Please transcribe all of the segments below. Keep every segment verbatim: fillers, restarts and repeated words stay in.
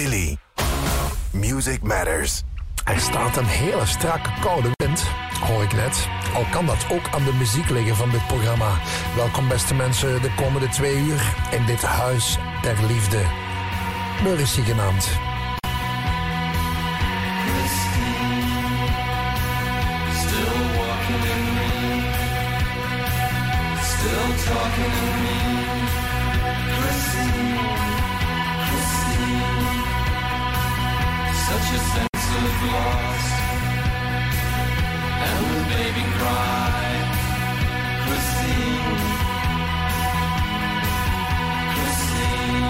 Billy. Music Matters. Er staat een hele strakke koude wind, hoor ik net. Al kan dat ook aan de muziek liggen van dit programma. Welkom beste mensen de komende twee uur in dit Huis der Liefde. Mercy genaamd. Still walking in me, still talking in me. Christine, Christine, such a sense of loss, and the baby cried. Christine, Christine,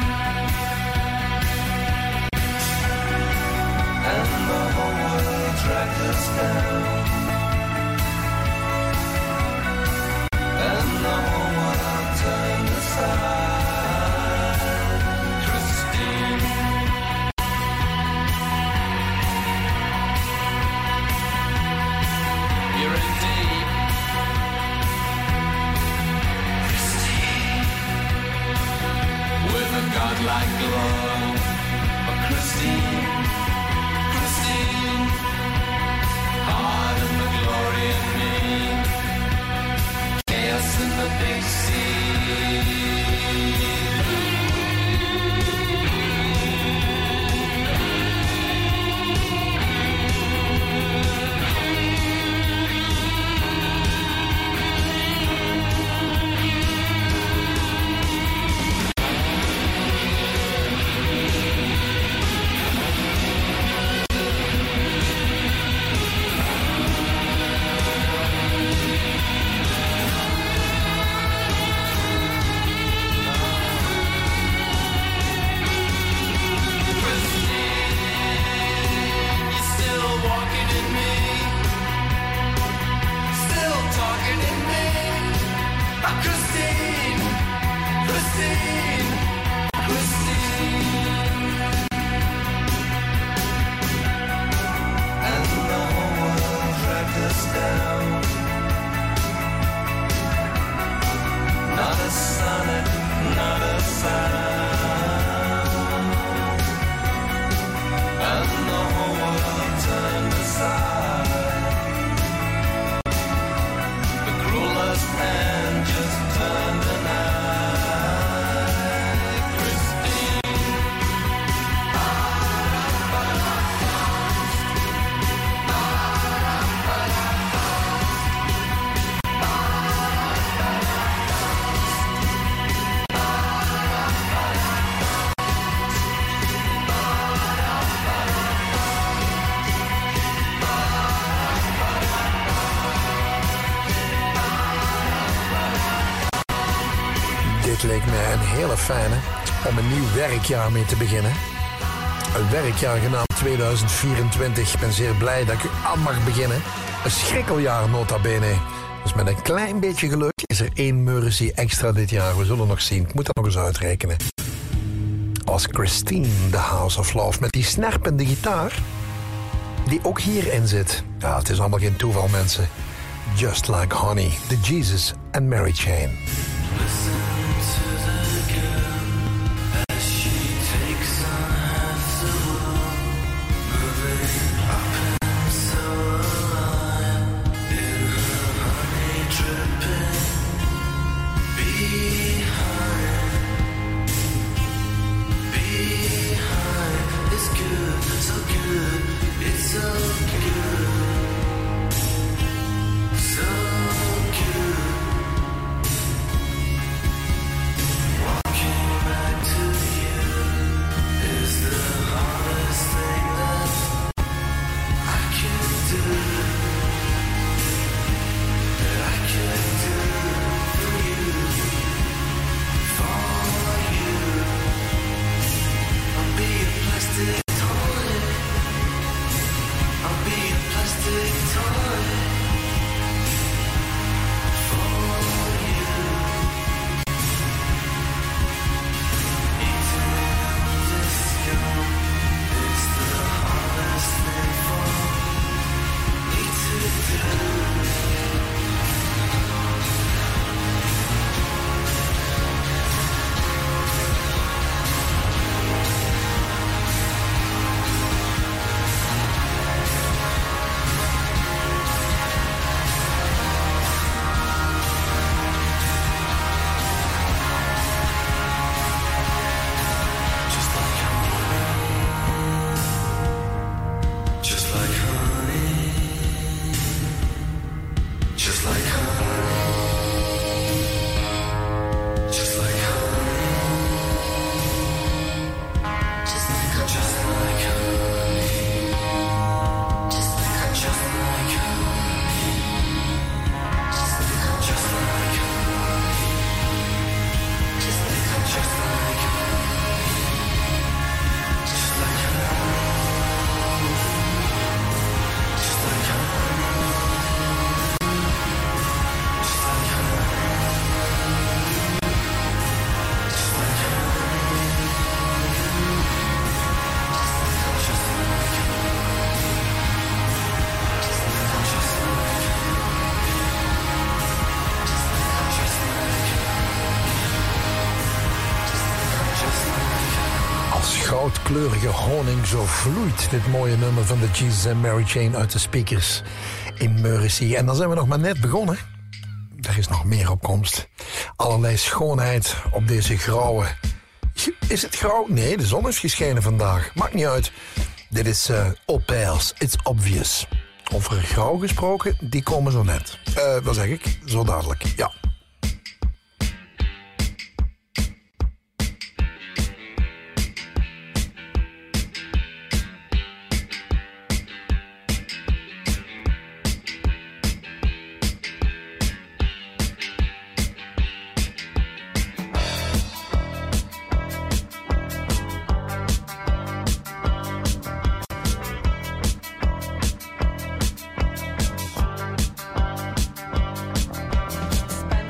and the whole world dragged us down. And the whole world turned aside. Christine, you're in deep. Christine, with a godlike glow. But Christine, Christine, heart and the glory in me. Chaos in the big sea. Leek me een hele fijne om een nieuw werkjaar mee te beginnen. Een werkjaar genaamd tweeduizend vierentwintig. Ik ben zeer blij dat ik u aan mag beginnen. Een schrikkeljaar nota bene. Dus met een klein beetje geluk is er één Mercy extra dit jaar. We zullen nog zien. Ik moet dat nog eens uitrekenen. Als Christine, The House of Love, met die snerpende gitaar die ook hierin zit. Ja, het is allemaal geen toeval, mensen. Just Like Honey, The Jesus and Mary Chain. So good. goudkleurige honing zo vloeit. Dit mooie nummer van de Jesus and Mary Chain uit de speakers in Meuricy. En dan zijn we nog maar net begonnen. Er is nog meer op komst. Allerlei schoonheid op deze grauwe... Is het grauw? Nee, de zon is geschenen vandaag. Maakt niet uit. Dit is uh, Au Pairs, It's Obvious. Over grauw gesproken, die komen zo net. Uh, wat zeg ik? Zo dadelijk, ja. Spend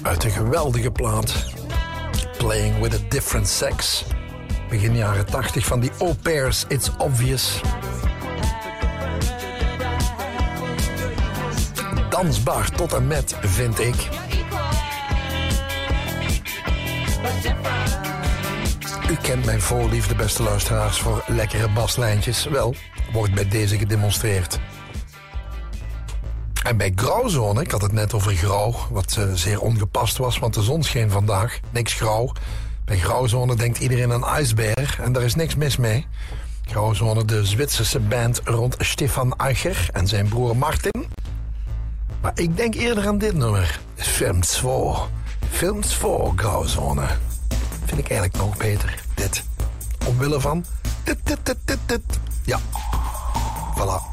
Uit een geweldige plaat. Playing with a Different Sex. Begin jaren tachtig van die Au Pairs, It's Obvious. Dansbaar tot en met, vind ik. U kent mijn voorliefde, beste luisteraars, voor lekkere baslijntjes. Wel, wordt bij deze gedemonstreerd. En bij grauwzone, ik had het net over grauw, wat uh, zeer ongepast was, want de zon scheen vandaag. Niks grauw. Bij grauwzone denkt iedereen aan ijsberg en daar is niks mis mee. Grauwzone, de Zwitserse band rond Stefan Eicher en zijn broer Martin. Maar ik denk eerder aan dit nummer. Film twee. Film twee, grauwzone. Vind ik eigenlijk nog beter. Dit. Omwille van... Dit, dit, dit, dit, dit. Ja. Voilà.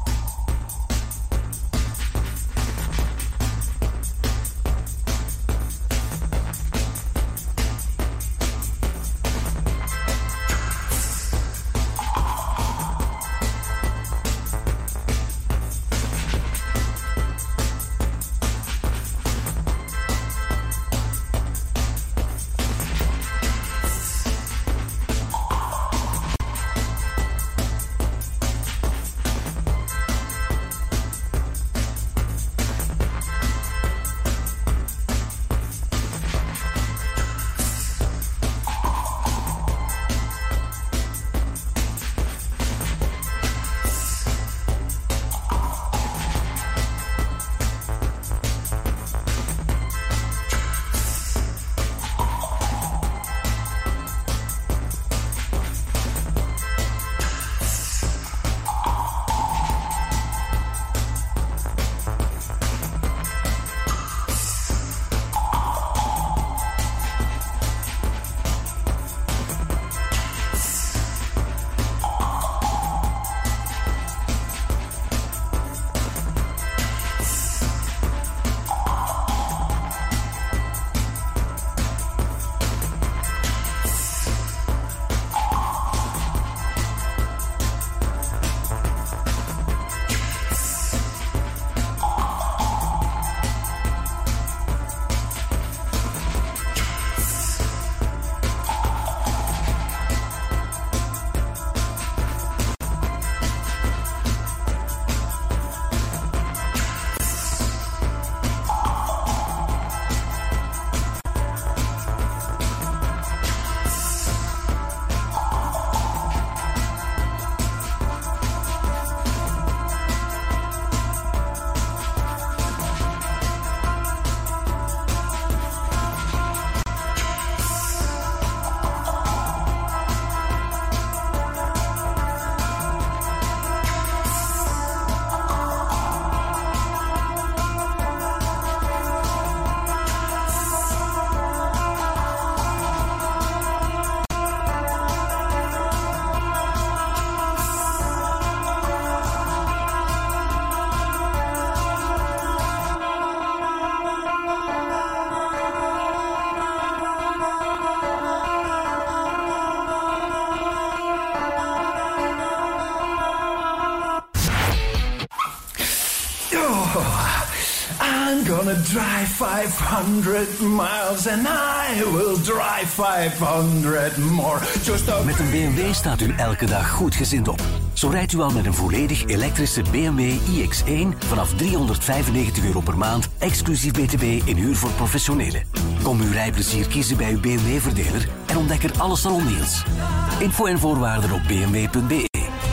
gonna drive five hundred miles and I will drive five hundred more. Just a... Met een B M W staat u elke dag goed gezind op. Zo rijdt u al met een volledig elektrische B M W i X één vanaf driehonderdvijfennegentig euro per maand, exclusief B T W in huur voor professionelen. Kom uw rijplezier kiezen bij uw B M W-verdeler en ontdek er alle salondeals. Info en voorwaarden op b m w punt b e.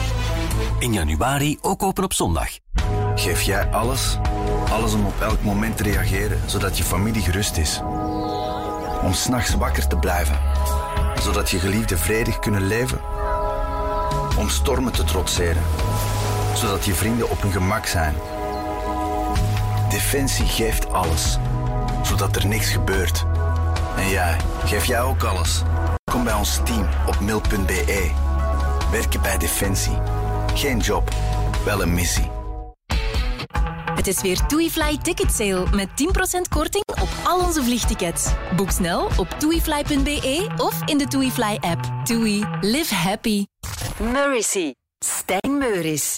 In januari ook open op zondag. Geef jij alles? Alles om op elk moment te reageren, zodat je familie gerust is. Om 's nachts wakker te blijven, zodat je geliefden vredig kunnen leven. Om stormen te trotseren, zodat je vrienden op hun gemak zijn. Defensie geeft alles, zodat er niks gebeurt. En jij, geef jij ook alles? Kom bij ons team op mil punt b e. Werken bij Defensie. Geen job, wel een missie. Het is weer TuiFly Ticket Sale met tien procent korting op al onze vliegtickets. Boek snel op toeifly punt b e of in de TuiFly app. Tui, live happy. Mercy, Stijn Meuris.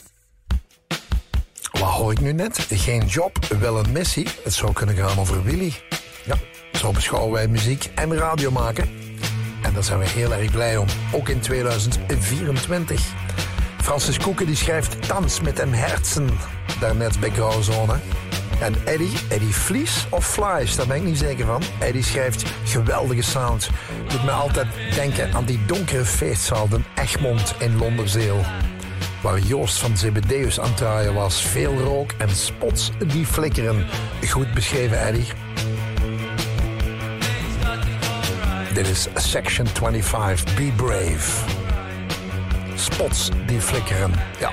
Wat hoor ik nu net? Geen job, wel een missie. Het zou kunnen gaan over Willy. Ja, zo Zo beschouwen wij muziek en radio maken. En daar zijn we heel erg blij om. Ook in tweeduizend vierentwintig. Francis Koeken die schrijft Dans met hem herzen. Daarnet bij Grauwzone. En Eddie, Eddie Vlies of Flies, daar ben ik niet zeker van. Eddie schrijft geweldige sound. Doet me altijd denken aan die donkere feestzaal, de Egmond in Londerzeel. Waar Joost van Zebedeus aan het draaien was. Veel rook en spots die flikkeren. Goed beschreven, Eddie. Dit is Section vijfentwintig, Be Brave. Spots die flikkeren, ja.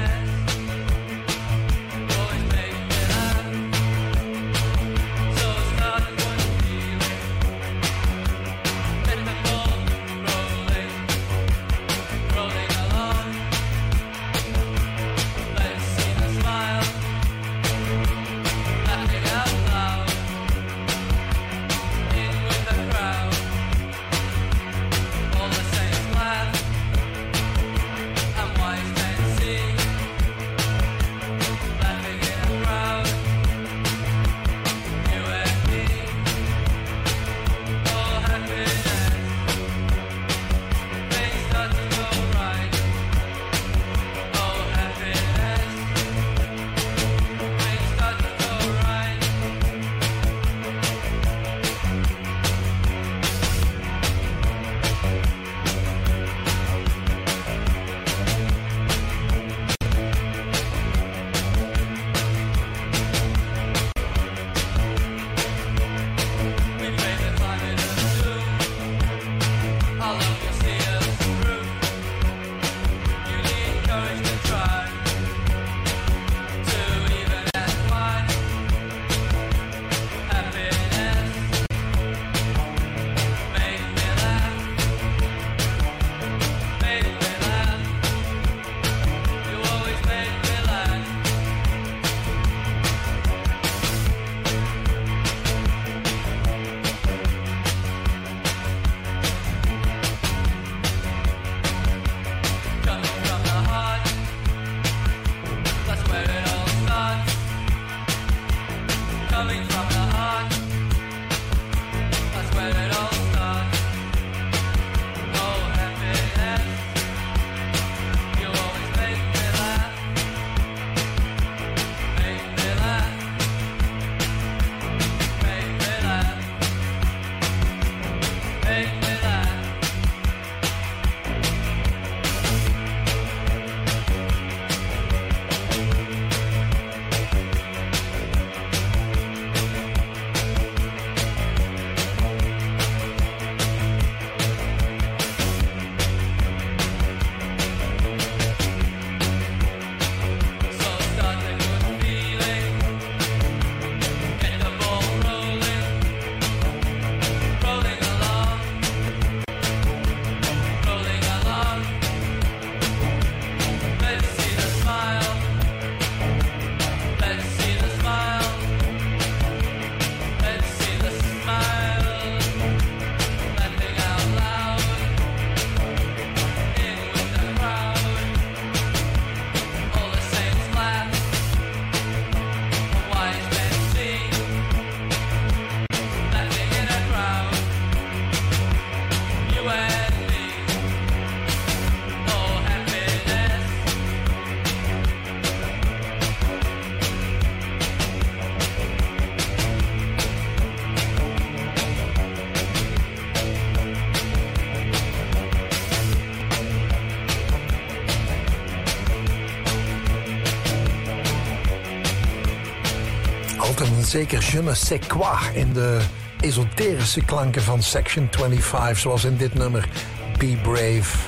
Zeker je ne sais quoi in de esoterische klanken van Section vijfentwintig, zoals in dit nummer Be Brave.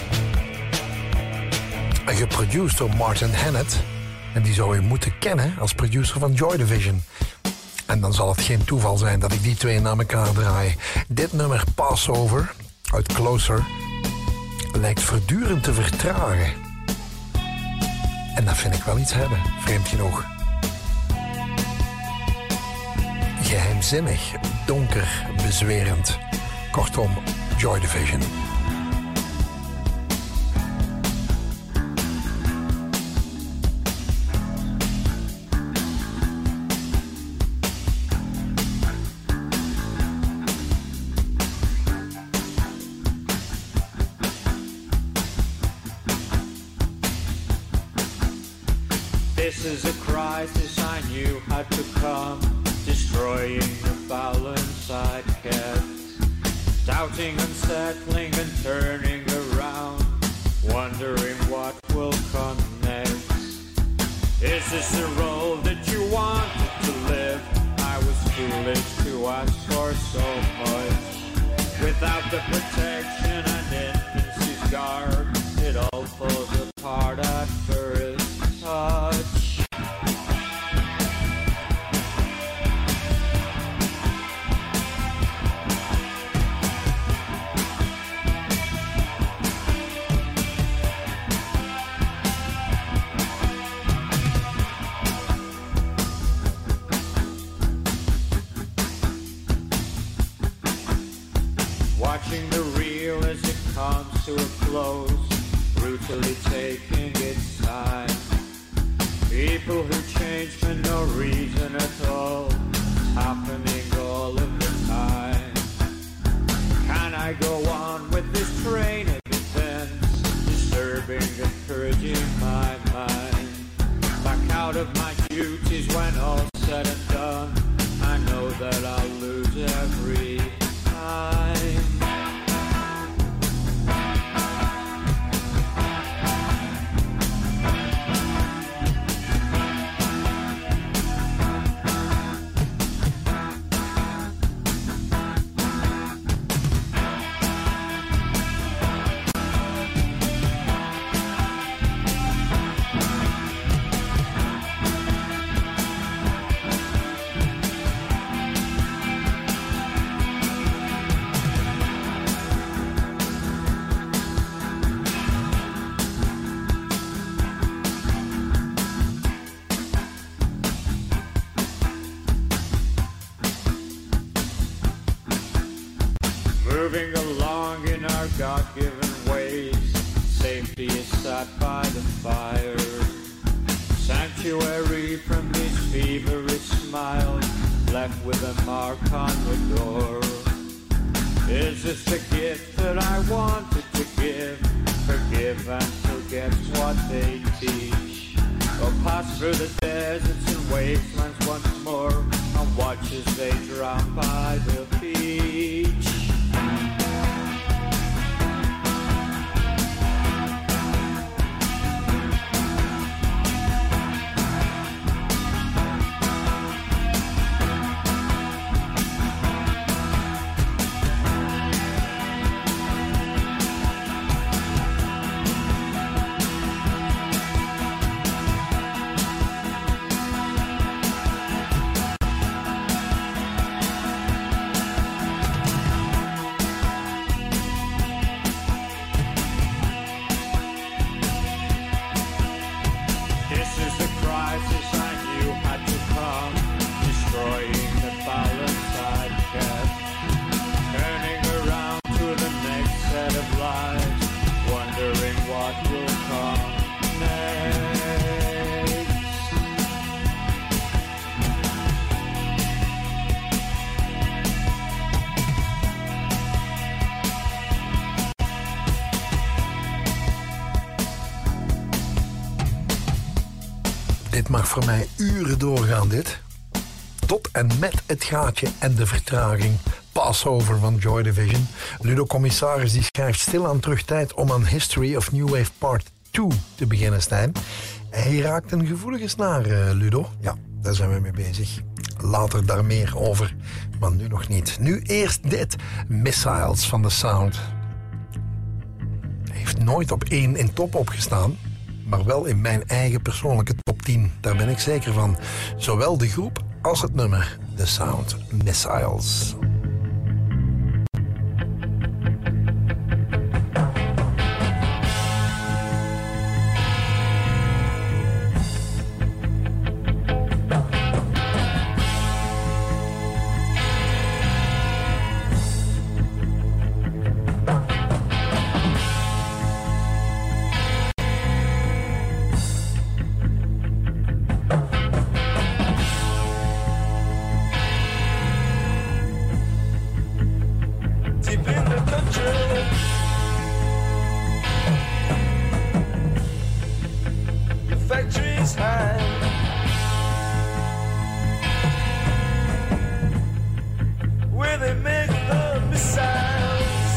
En geproduceerd door Martin Hannett. En die zou je moeten kennen als producer van Joy Division. En dan zal het geen toeval zijn dat ik die twee naar elkaar draai. Dit nummer Passover uit Closer lijkt voortdurend te vertragen. En dat vind ik wel iets hebben, vreemd genoeg. Geheimzinnig, donker, bezwerend. Kortom, Joy Division. This is a crisis I knew had to come, destroying the balance I kept, doubting, unsettling and turning around, wondering what will come next. Is this the role that you wanted to live? I was foolish to ask for so much. Without the protection and infancy's guard, it all falls apart at first touch. Watching the reel as it comes to a close, brutally taking its time. People who change for no reason at all, happening all of the time. Can I go on with this train of events, disturbing and purging my mind? Back out of my duties when all's said and done, I know that I'll lose every time. Moving along in our God-given ways, safety is sat by the fire. Sanctuary from these feverish smiles, left with a mark on the door. Is this the gift that I wanted to give? Forgive and forget's what they teach. Go pass through the deserts and wastelands once more, and watch as they drown by the beach. Dit mag voor mij uren doorgaan, dit. Tot en met het gaatje en de vertraging. Passover van Joy Division. Ludo Commissaris die schrijft stilaan terug tijd om aan History of New Wave Part twee te beginnen, Stijn. Hij raakt een gevoelige snaar, uh, Ludo. Ja, daar zijn we mee bezig. Later daar meer over, maar nu nog niet. Nu eerst dit. Missiles van The Sound. Hij heeft nooit op één in top opgestaan, maar wel in mijn eigen persoonlijke top tien. Daar ben ik zeker van. Zowel de groep als het nummer. The Sound. Missiles. Factories high. where they make the missiles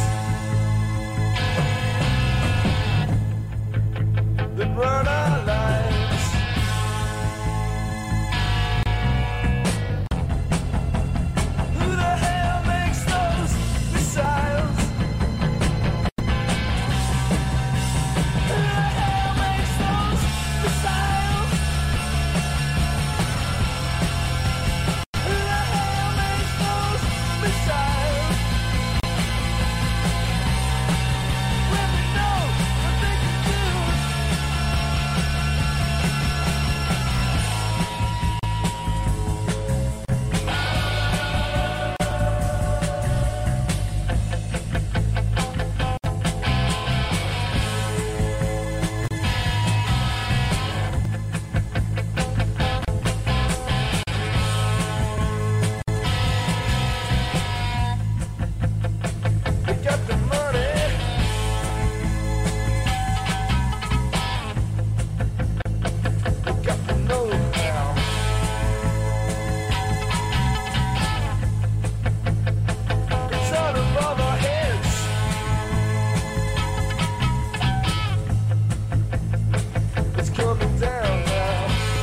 that burn our lives. Who the hell makes those missiles? Who the hell makes those missiles? Who the hell makes those missiles? When we know what they can do. They got the money. They got the know-how. It's out above our heads. It's coming down now.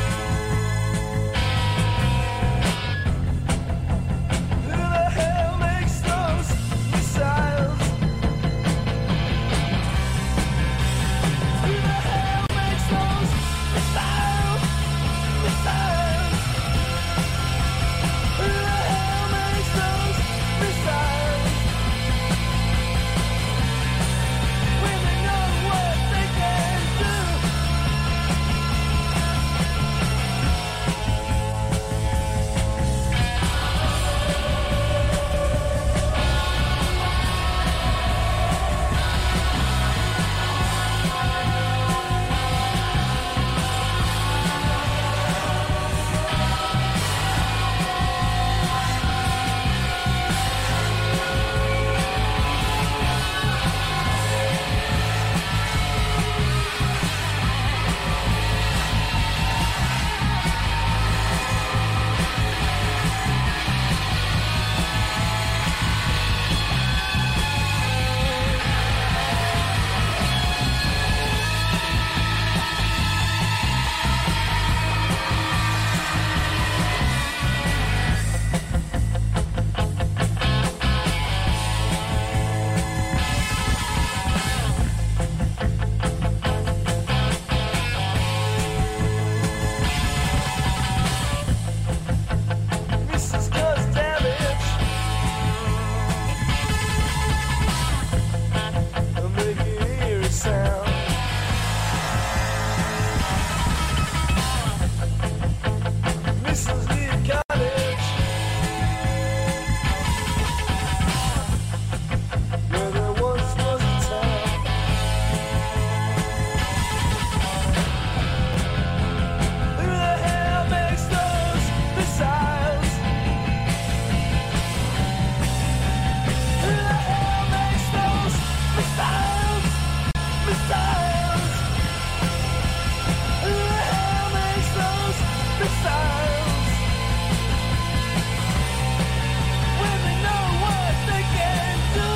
Who the hell makes those missiles? Who the hell makes those missiles? Missiles. Who the hell makes those missiles? When they know what they can do. Missus cause damage. They'll make you hear a sound. Missus need cottage. Where there once was a town. Who the hell makes those missiles? Who the hell makes those missiles? Missiles. Who the hell makes those missiles? When they know what they can do.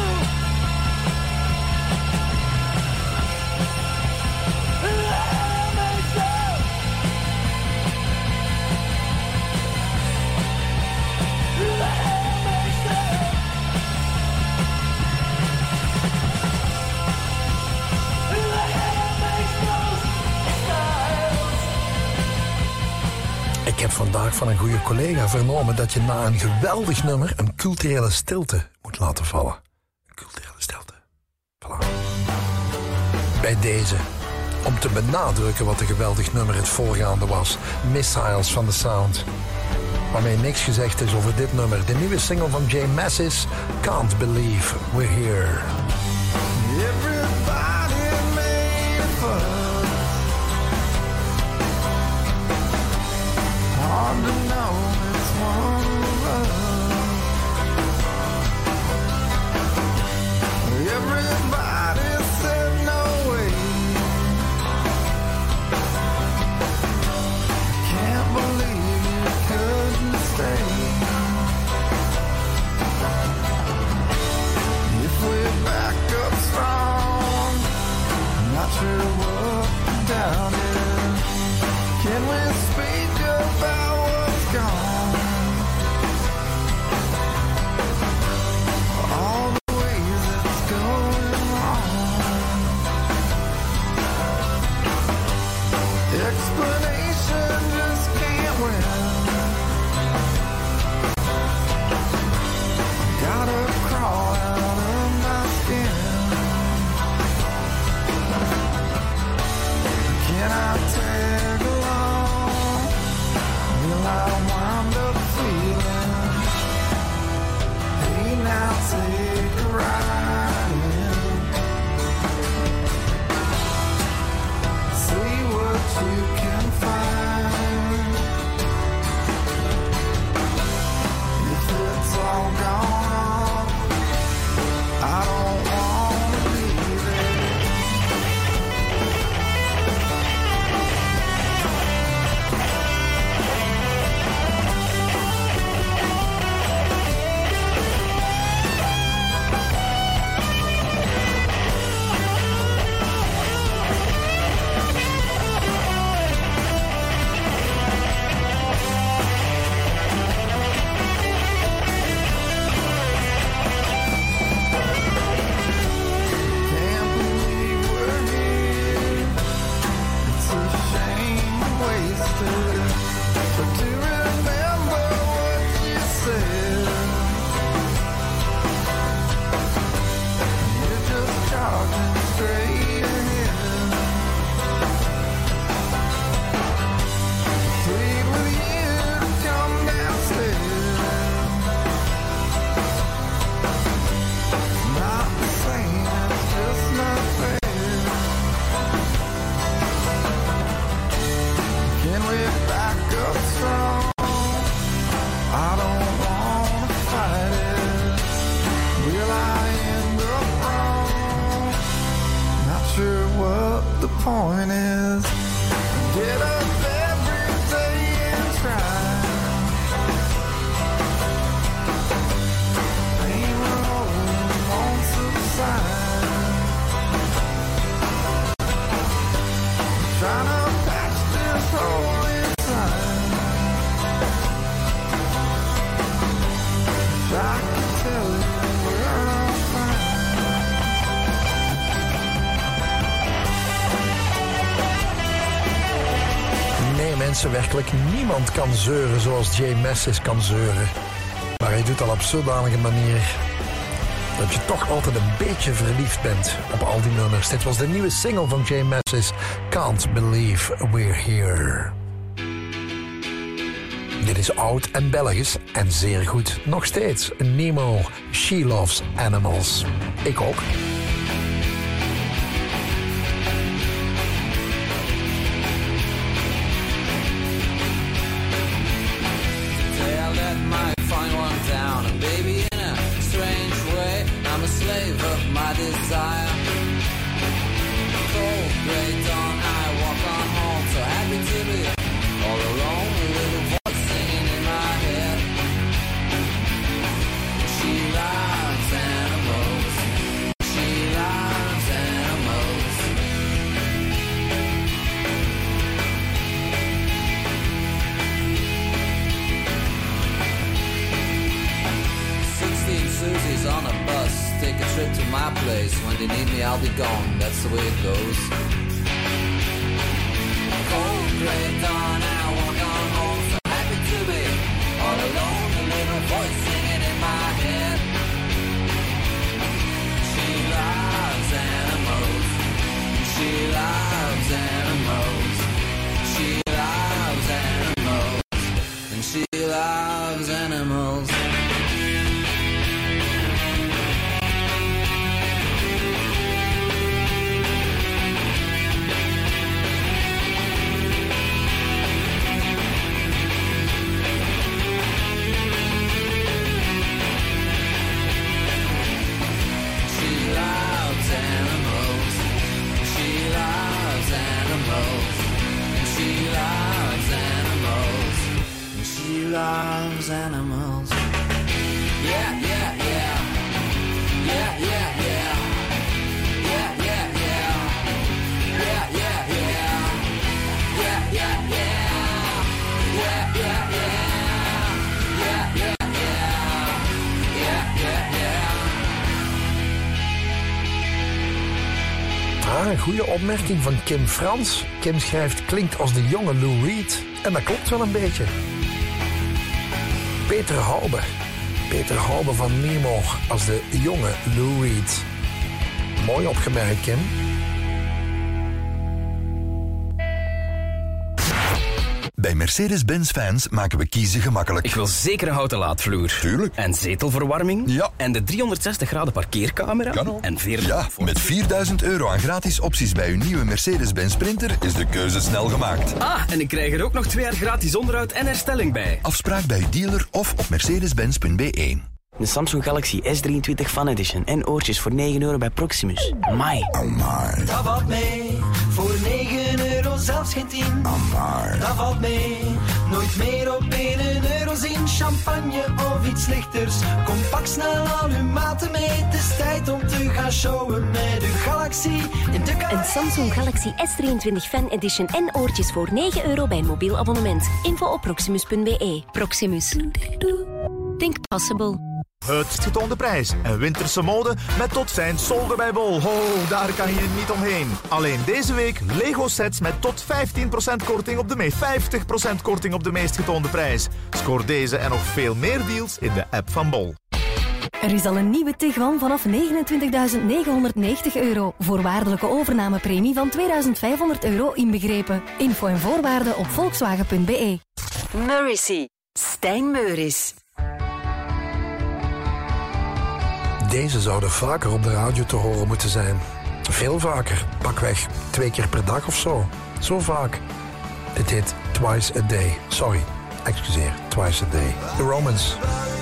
Who the hell makes those? Who the hell makes those? Who the hell makes those missiles? Ik heb vandaag van een goede collega vernomen dat je na een geweldig nummer een culturele stilte moet laten vallen. Een culturele stilte. Voilà. Bij deze, om te benadrukken wat een geweldig nummer het voorgaande was. Missiles van The Sound. Waarmee niks gezegd is over dit nummer. De nieuwe single van Jay Mascis, Can't Believe We're Here. Everybody made fun. Hard to know it's one of us. Everybody said no way. Can't believe you couldn't stay. take a ride in. See what you can find. If it's all gone, I don't wanna leave it. Can't believe we're here. It's a shame wasted. But to remember what you said, you're just charging straight ahead. Plead with you to come downstairs. Not the same, it's just not fair. Can we back up strong? I don't wanna fight it. Will I end up wrong? Not sure what the point is. Get up every day and try. Pain alone won't subside. Trying to patch this hole inside. I can tell you where I'm fine. Nee, mensen, werkelijk niemand kan zeuren zoals Jay Mascis kan zeuren. Maar hij doet dat op zodanige manier dat je toch altijd een beetje verliefd bent op al die nummers. Dit was de nieuwe single van Jay Mascis, Can't Believe We're Here. Dit is oud en Belgisch en zeer goed. Nog steeds Nemo, She Loves Animals. Ik ook. I let my find one down, and baby, in a strange way, I'm a slave of my desire. Cold gray dawn, I walk on home, so happy to be all alone. A little voice singing in my head. She loves animals. She loves animals. Sixteen Susies on a bus take a trip to my place. When they need me, I'll be gone. That's the way it goes. Cold gray dawn, I walk on home, so happy to be all alone. A little voice singing in my head. She loves animals. She loves animals. She loves animals. And she loves animals. Loves animals. Yeah, yeah, yeah. Yeah, yeah, yeah. Yeah, yeah, yeah. Yeah, yeah, yeah. Yeah, yeah, yeah. Yeah, yeah, yeah. Yeah, yeah, yeah. Yeah, yeah, yeah. Ah, een goede opmerking van Kim Frans. Kim schrijft, klinkt als de jonge Lou Reed. En dat klopt wel een beetje. Peter Haube. Peter Haube van Nemo als de jonge Lou Reed. Mooi opgemerkt, Kim. Bij Mercedes-Benz fans maken we kiezen gemakkelijk. Ik wil zeker een houten laadvloer. Tuurlijk. En zetelverwarming. Ja. En de driehonderdzestig graden parkeercamera. Kan ook. En veertig. Ja, met vierduizend euro aan gratis opties bij uw nieuwe Mercedes-Benz Sprinter is de keuze snel gemaakt. Ah, en ik krijg er ook nog twee jaar gratis onderhoud en herstelling bij. Afspraak bij uw dealer of op mercedes benz punt b e. De Samsung Galaxy S drieëntwintig Fan Edition en oortjes voor negen euro bij Proximus. Amai. Amai. Dat valt mee, voor negen euro zelfs geen tien. Amai. Dat valt mee, nooit meer op één euro zien. Champagne of iets lichters, kom pak snel al uw maten mee. Het is tijd om te gaan showen met de Galaxy in de Galaxy. Een Samsung Galaxy S drieëntwintig Fan Edition en oortjes voor negen euro bij een mobiel abonnement. Info op proximus punt b e. Proximus. Think possible. Het getoonde prijs en winterse mode met tot zijn solden bij Bol. Ho, daar kan je niet omheen. Alleen deze week Lego sets met tot vijftien procent korting op de meest vijftig procent korting op de meest getoonde prijs. Scoor deze en nog veel meer deals in de app van Bol. Er is al een nieuwe Tiguan vanaf negenentwintigduizend negenhonderdnegentig euro. Voorwaardelijke overnamepremie van tweeduizend vijfhonderd euro inbegrepen. Info en voorwaarden op volkswagen punt b e. Murrissy. Stijn Meuris. Deze zouden vaker op de radio te horen moeten zijn. Veel vaker. Pakweg twee keer per dag of zo. Zo vaak. Dit heet Twice a Day. Sorry, excuseer. Twice a Day. The Romans.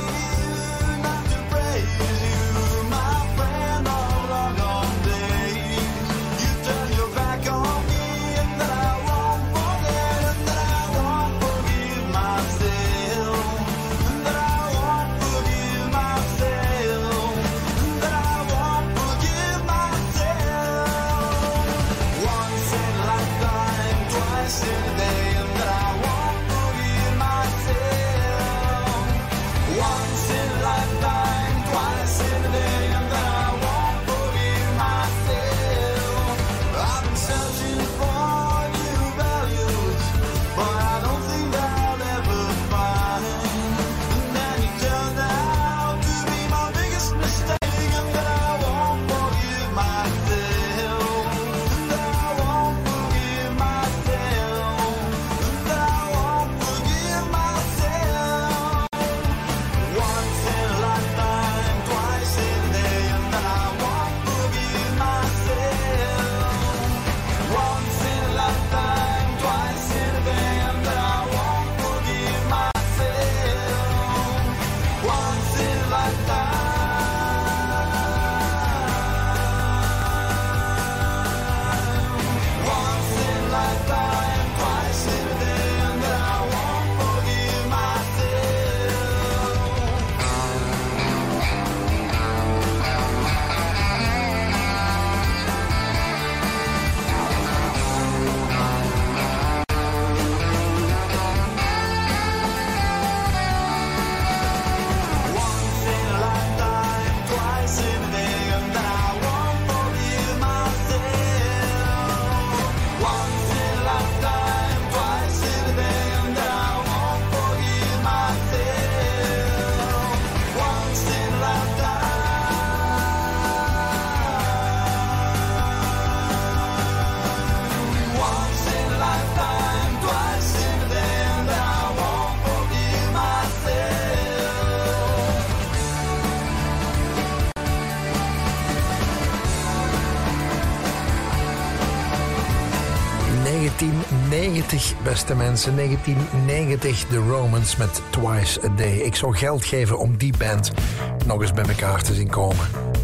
negentien negentig, beste mensen. negentien negentig, The Romans met Twice a Day. Ik zou geld geven om die band nog eens bij elkaar te zien komen.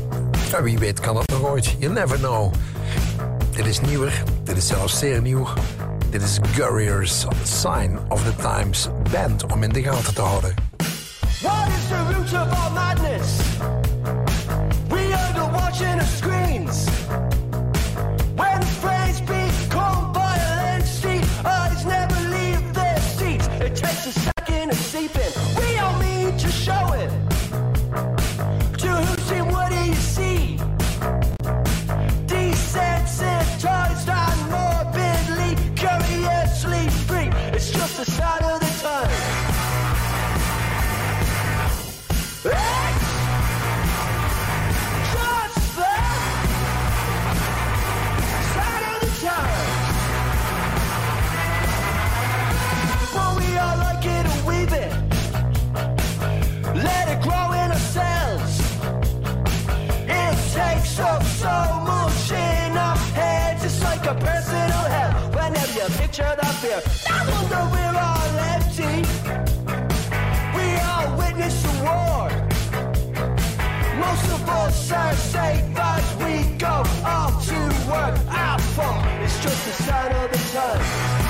En wie weet kan dat nog ooit. You never know. Dit is nieuwer. Dit is zelfs zeer nieuw. Dit is Gurrier's Sign of the Times. Band om in de gaten te houden. What is the root of all madness? We are the watching of screens. When praise become violent, see eyes never leave their seats. It takes a second of sleeping. We all need to show it. To who's in what do you see? Desensitized and morbidly, curiously free. It's just a sign of the time. Hey! Most of we're all empty. We all witness the war. Most of us are safe as we go off to work. Our fault. It's just a sign of the times.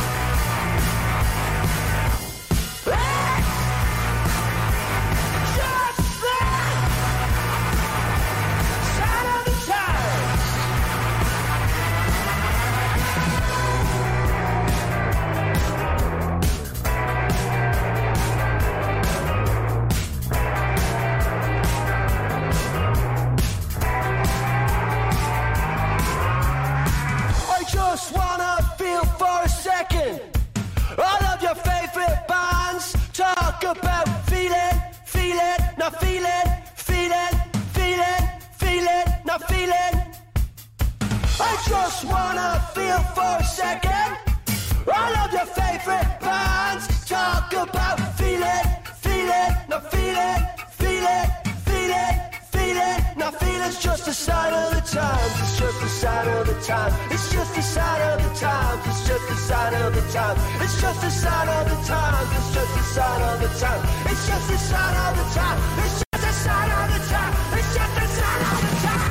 About feeling, feeling, not feeling, feeling, feeling, feeling, not feeling. I just wanna feel for a second. All of your favorite bands talk about feeling, feeling, not feeling, feeling, feeling, feeling, not feeling's just a sign of the times. It's just a sign of the times. It's just a sign of the times. It's just a sign of the times. It's just a sign of the times. It's just a sign of the times. It's just a sign of the times. It's just a sign of the times. It's just a sign of the times.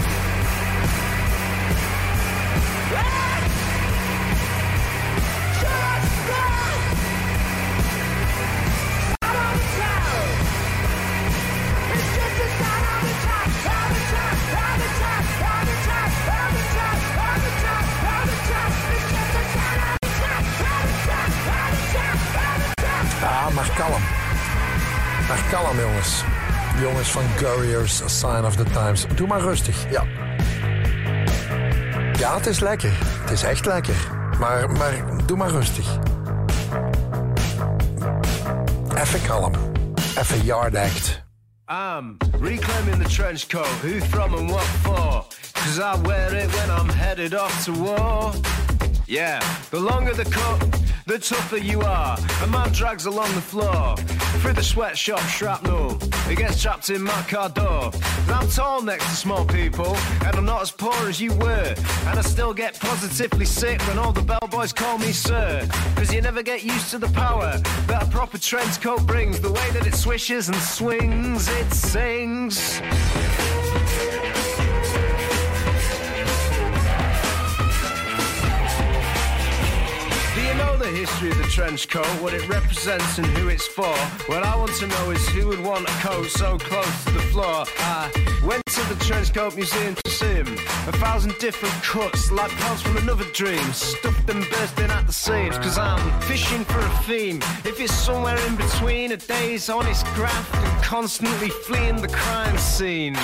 Ah, maar kalm. Maar kalm, jongens. Jongens van Gurriers, A Sign of the Times. Doe maar rustig, ja. Ja, het is lekker. Het is echt lekker. Maar, maar doe maar rustig. Even kalm. Even yard act. I'm reclaiming the trench coat. Who from and what for? Cause I wear it when I'm headed off to war. Yeah, the longer the coat, the tougher you are. A man drags along the floor through the sweatshop shrapnel. He gets trapped in my car door. I'm tall next to small people, and I'm not as poor as you were. And I still get positively sick when all the bellboys call me sir. Cause you never get used to the power that a proper trench coat brings. The way that it swishes and swings, it sings. You know the history of the trench coat, what it represents and who it's for. What I want to know is who would want a coat so close to the floor. I went to the trench coat museum to see him. A thousand different cuts, like parts from another dream, stuffed and bursting at the seams. Cause I'm fishing for a theme. If it's somewhere in between a day's honest graft and constantly fleeing the crime scene.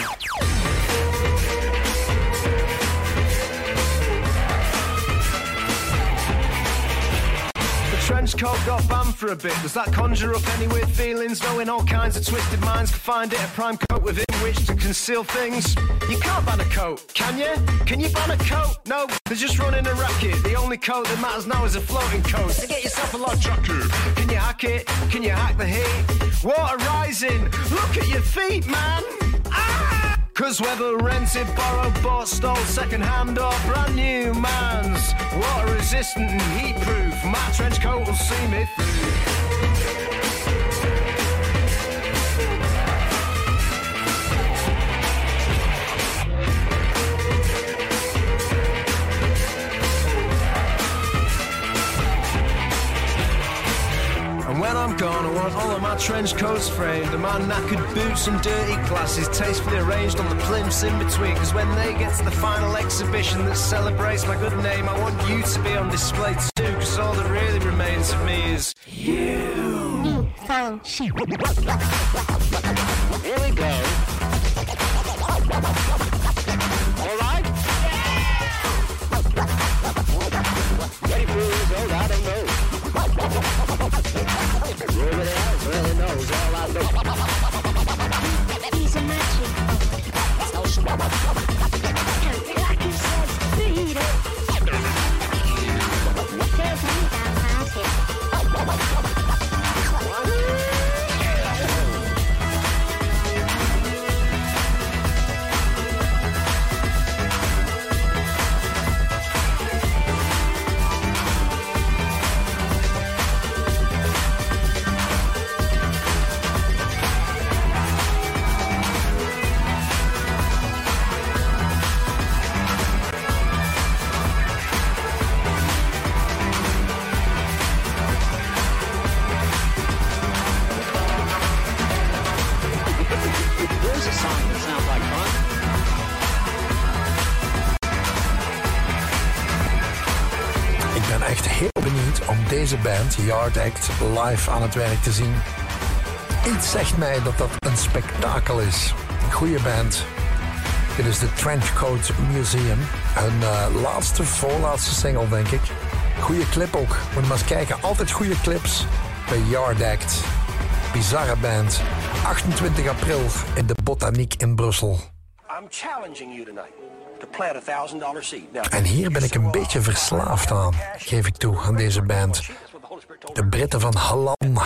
Trench coat got banned for a bit. Does that conjure up any weird feelings? Knowing all kinds of twisted minds can find it a prime coat within which to conceal things. You can't ban a coat, can you? Can you ban a coat? No, they're just running a racket. The only coat that matters now is a floating coat. So get yourself a log jacket. Can you hack it? Can you hack the heat? Water rising. Look at your feet, man. Ah! Cause whether rented, borrowed, bought, stole, second hand or brand new, man's water resistant and heat proof. My trench coat will see me through. And when I'm gone, I want all of my trench coats framed, and my knackered boots and dirty glasses tastefully arranged on the plimps in between. Cause when they get to the final exhibition that celebrates my good name, I want you to be on display too. Cause all that really remains of me is you. Here we go. All right? Ready for result? I don't know. Nobody else really knows all I know. He's a magic. Like you said, beat it. There's me down my head. song that sounds like fun. Ik ben echt heel benieuwd om deze band, Yard Act, live aan het werk te zien. Iets zegt mij dat dat een spektakel is. Goeie band. Dit is de Trenchcoat Museum. Hun uh, laatste, voorlaatste single, denk ik. Goeie clip ook. Moet je maar eens kijken. Altijd goede clips bij Yard Act. Bizarre band. achtentwintig april in de Botaniek in Brussel. I'm challenging you tonight to plant a thousand dollar seed. Now, En hier ben ik een beetje verslaafd aan, geef ik toe, aan deze band. De Britten van Hallan.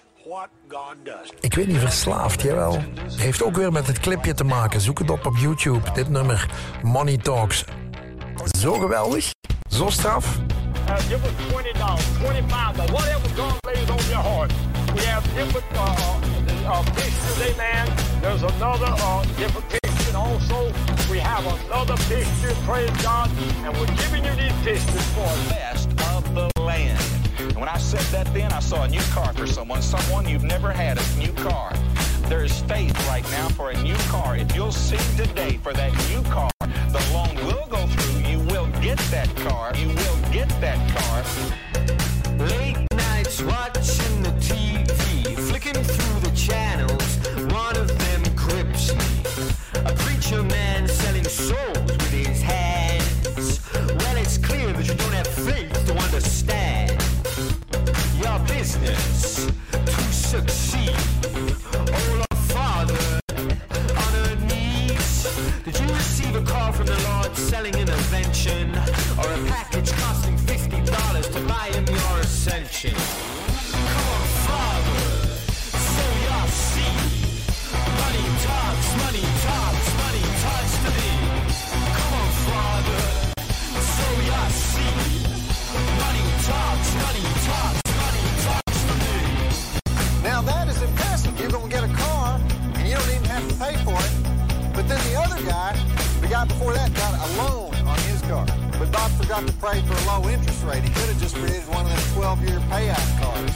Ik weet niet, verslaafd, jawel. Heeft ook weer met het clipje te maken. Zoek het op op YouTube, dit nummer. Money Talks. Zo geweldig, zo straf. Uh, give us twenty dollars, twenty-five dollars, whatever God lays on your heart. We have different uh, uh, pictures, amen. There's another uh, different picture also. We have another picture, praise God. And we're giving you these pictures for the best of the land. And when I said that then, I saw a new car for someone, someone you've never had a new car. There is faith right now for a new car. If you'll sing today for that new car, the loan will go through. You will get that car. You will get that car. Late nights watching the T V, flicking through the channels. One of them grips me. A preacher man selling souls with his hands. Well, it's clear that you don't have faith to understand your business to succeed. Oh, Lord Father, on her knees. Did you receive a call from the Lord selling intervention, or a package costing fifty dollars to buy him your ascension? Come on, Father, sow your seed. Money talks, money talks, money talks to me. Come on, Father, sow your seed. Money talks, money talks, money talks to me. Now that is impressive. You're going to get a car, and you don't even have to pay for it. But then the other guy, the guy before that, got a loan on his car. But Bob forgot to pray for a low interest rate. He could have just created one of them twelve-year payout cards.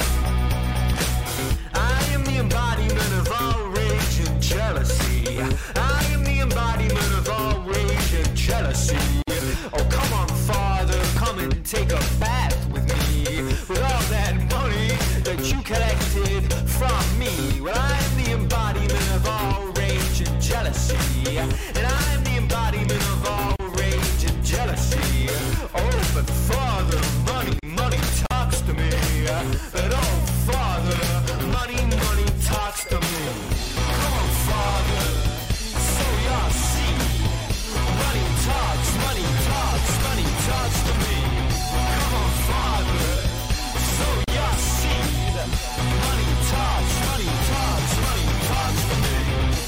I am the embodiment of all rage and jealousy. I am the embodiment of all rage and jealousy. Oh, come on, Father, come and take a bath with me. With all that money that you collected from me. Well, I am the embodiment of all rage and jealousy. And I am the embodiment of all rage and jealousy. Oh, but Father, money, money talks to me. And oh, Father, money, money talks to me. Come on, Father, sow your seed. Money talks, money talks, money talks to me. Come on, Father, sow your seed. Money talks, money talks, money talks to me.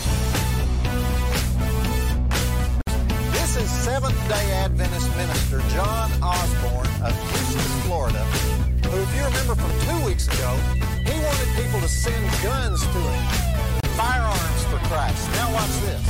This is Seventh-day Adventist minister John Osborne of Houston, Florida, who, if you remember from two weeks ago, he wanted people to send guns to him, firearms for Christ. Now watch this.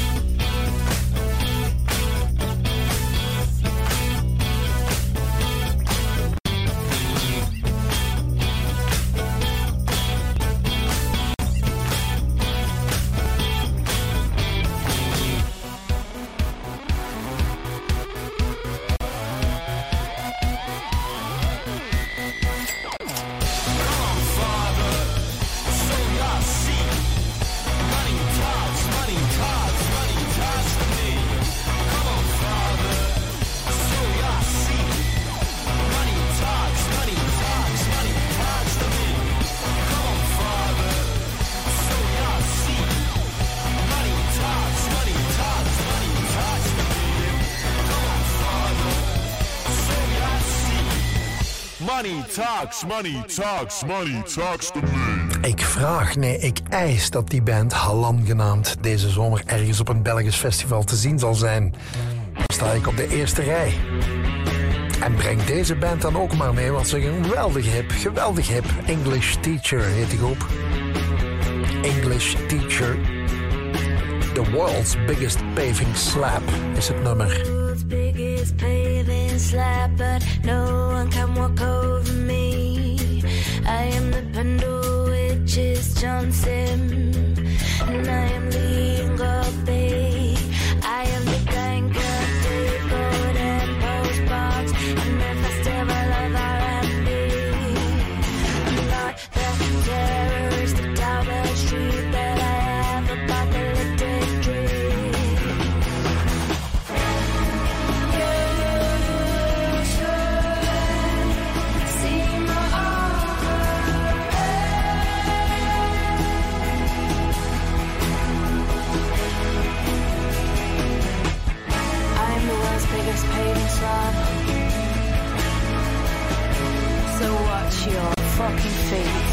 Money talks, money talks, money talks to me. Ik vraag, nee, ik eis dat die band, Hallan genaamd, deze zomer ergens op een Belgisch festival te zien zal zijn. Dan sta ik op de eerste rij. En breng deze band dan ook maar mee, want ze zijn geweldig hip, geweldig hip. English Teacher heet die groep. English Teacher. The world's biggest paving slap is het nummer. Biggest paving slap, but no one can walk over me. I am the Pendle Witches Johnson. and I am leading up, babe. I am the banker, the golden postbox, and the festival of R and B. I'm not the terrorist of Talbot Street, but I have a apocalyptic dream. You should see my I'm the world's biggest paving slob. So watch your fucking feet.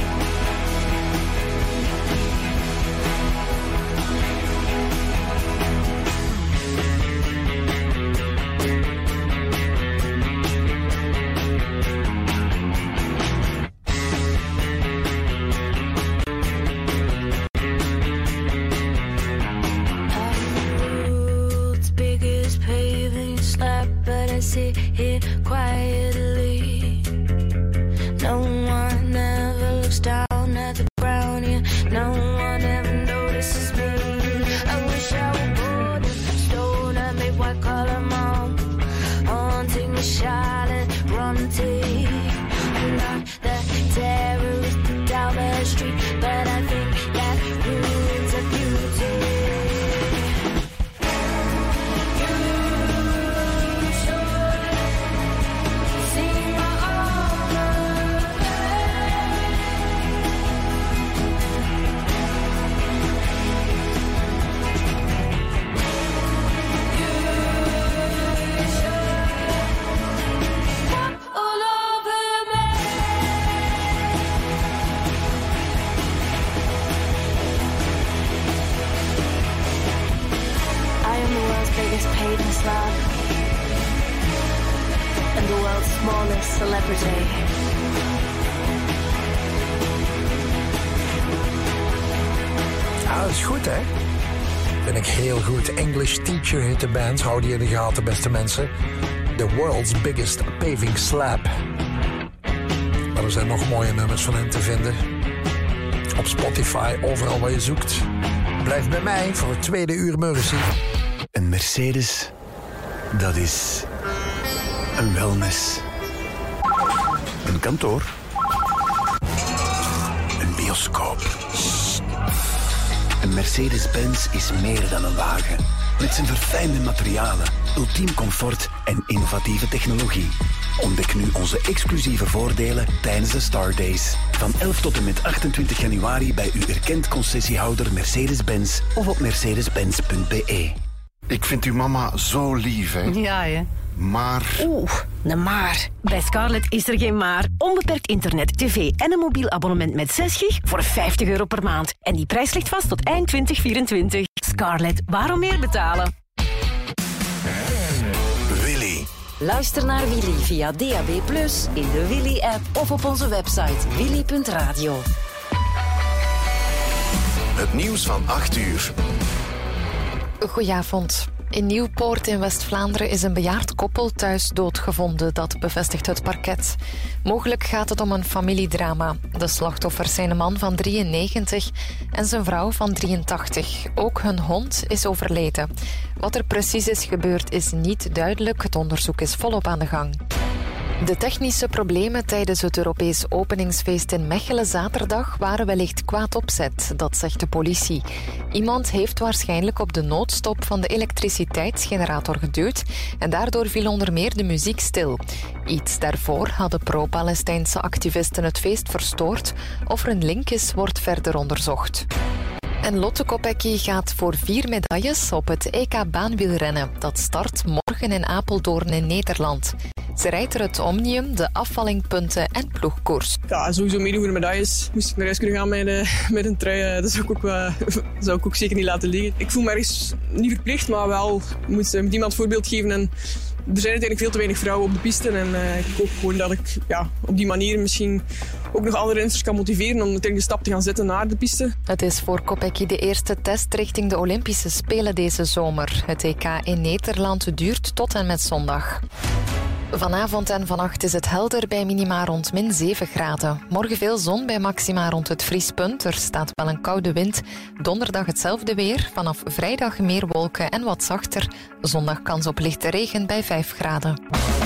World's biggest paving slab, but I sit here quietly. No one ever looks down at the ground here. No one ever notices me. I wish I were bored and stone. I made white collar mom haunting the Charlotte Bronte. I'm not the terrorist down the street, but I think that ruins a beauty. Paving slab and the world's smallest celebrity. Ja, dat is goed, hè? Vind ik heel goed. English Teacher heet de band. Hou die in de gaten, beste mensen. The world's biggest paving slab. Maar er zijn nog mooie nummers van hen te vinden. Op Spotify, overal waar je zoekt. Blijf bij mij voor het tweede uur Mercy. Een Mercedes, dat is een wellness. Een kantoor. Een bioscoop. Een Mercedes-Benz is meer dan een wagen. Met zijn verfijnde materialen, ultiem comfort en innovatieve technologie. Ontdek nu onze exclusieve voordelen tijdens de Star Days. Van elf tot en met achtentwintig januari bij uw erkend concessiehouder Mercedes-Benz of op mercedes benz punt b e. Ik vind uw mama zo lief, hè? Ja, hè. Maar... Oeh, een maar. Bij Scarlett is er geen maar. Onbeperkt internet, tv en een mobiel abonnement met zes gig voor vijftig euro per maand. En die prijs ligt vast tot eind twintig vierentwintig. Scarlett, waarom meer betalen? Willy. Luister naar Willy via D A B plus, in de Willy-app of op onze website willy punt radio. Het nieuws van acht uur. Goedenavond. In Nieuwpoort in West-Vlaanderen is een bejaard koppel thuis doodgevonden. Dat bevestigt het parket. Mogelijk gaat het om een familiedrama. De slachtoffers zijn een man van drieënnegentig en zijn vrouw van drieëntachtig. Ook hun hond is overleden. Wat er precies is gebeurd is niet duidelijk. Het onderzoek is volop aan de gang. De technische problemen tijdens het Europees openingsfeest in Mechelen zaterdag waren wellicht kwaad opzet, dat zegt de politie. Iemand heeft waarschijnlijk op de noodstop van de elektriciteitsgenerator geduwd en daardoor viel onder meer de muziek stil. Iets daarvoor hadden pro-Palestijnse activisten het feest verstoord. Of er een link is, wordt verder onderzocht. En Lotte Kopecky gaat voor vier medailles op het E K baanwielrennen. Dat start morgen in Apeldoorn in Nederland. Ze rijdt er het Omnium, de afvallingpunten en ploegkoers. Ja, sowieso meedoen voor de medailles. Moest ik naar huis kunnen gaan met, uh, met een trui, dat zou ik, ook, uh, zou ik ook zeker niet laten liggen. Ik voel me ergens niet verplicht, maar wel moet, uh, moet iemand voorbeeld geven. En er zijn uiteindelijk veel te weinig vrouwen op de piste. En uh, ik hoop gewoon dat ik ja, op die manier misschien ook nog andere rensters kan motiveren om uiteindelijk de stap te gaan zetten naar de piste. Het is voor Kopecky de eerste test richting de Olympische Spelen deze zomer. Het E K in Nederland duurt tot en met zondag. Vanavond en vannacht is het helder bij minima rond min zeven graden. Morgen veel zon bij maxima rond het vriespunt. Er staat wel een koude wind. Donderdag hetzelfde weer. Vanaf vrijdag meer wolken en wat zachter. Zondag kans op lichte regen bij vijf graden.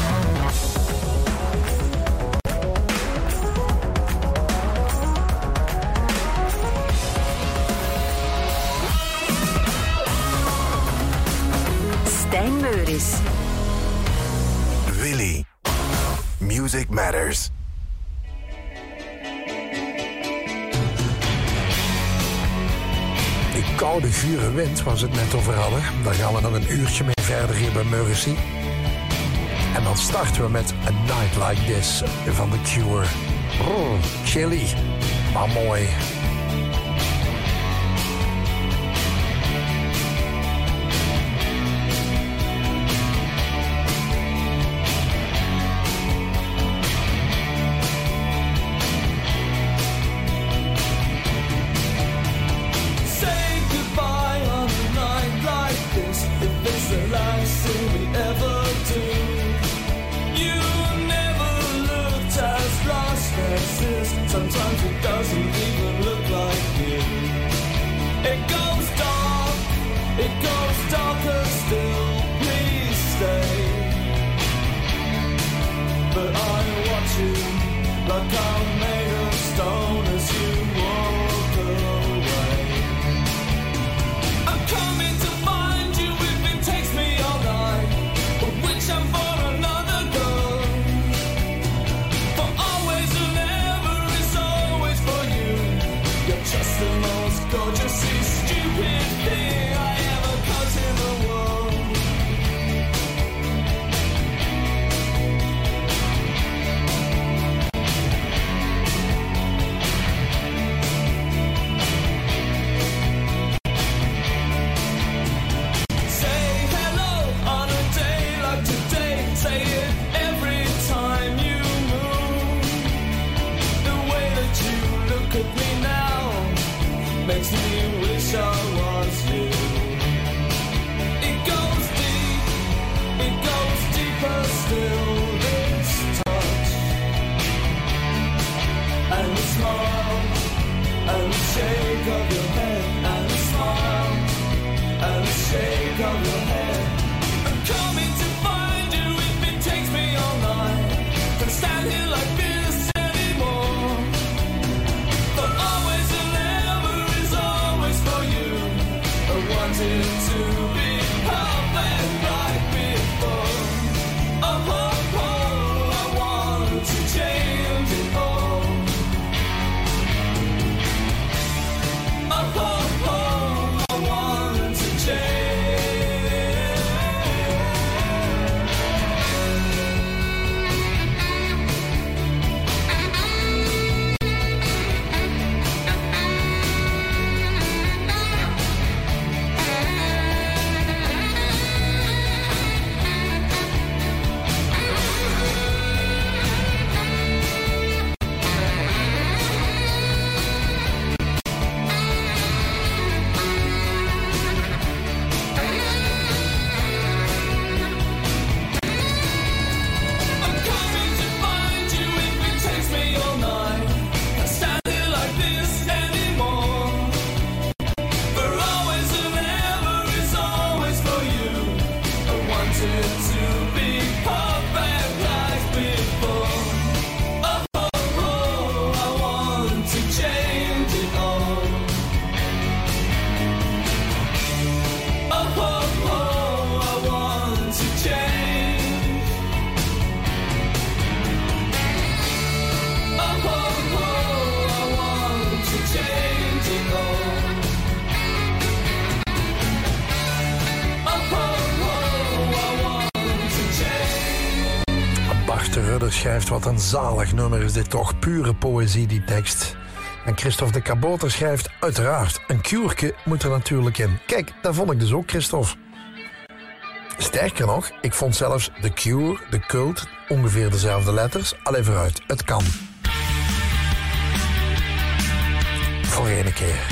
Stijn Meuris. Willy. Music Matters. Die koude, gure wind waar ze het net over hadden. Daar gaan we nog een uurtje mee verder hier bij Mercy. En dan starten we met A Night Like This van The Cure. Oh, chilly, maar mooi. Sometimes it doesn't even look like you. It goes dark, it goes darker still. Please stay. But I watch you like I'm made of stone as you walk away. I'm coming to find you if it takes me all night, but which I'm for another girl. For always and ever is always for you. You're just the most gorgeous, stupid thing I ever caught in the world. Say hello on a day like today. Say it every time you move. The way that you look at me now makes me wish I was you. It goes deep, it goes deeper still, this touch. And the smile, and the shake of your head. And the smile, and the shake of your head. I'm coming to find you if it takes me all night. Can't stand here like this anymore. For always and ever is always for you. I wanted to be perfect like before. Oh, oh, oh, I want to change it all. Oh, oh, oh, I want to change. I'm coming to find you if it takes me all night. Can't stand here like this anymore. For always and ever is always for you. I wanted to be perfect like before. Oh, oh, oh, I want to change it all. Oh, oh, oh, I want to change. Oh, oh, oh, I want to change it all. Oh, oh, oh, I want to change. Bart de Rudder schrijft, wat een zalig nummer is dit toch. Pure poëzie, die tekst. En Christophe de Kaboter schrijft, uiteraard, een Cuurke moet er natuurlijk in. Kijk, dat vond ik dus ook, Christophe. Sterker nog, ik vond zelfs The Cure, The Cult, ongeveer dezelfde letters. Allee, vooruit, het kan. Voor één keer.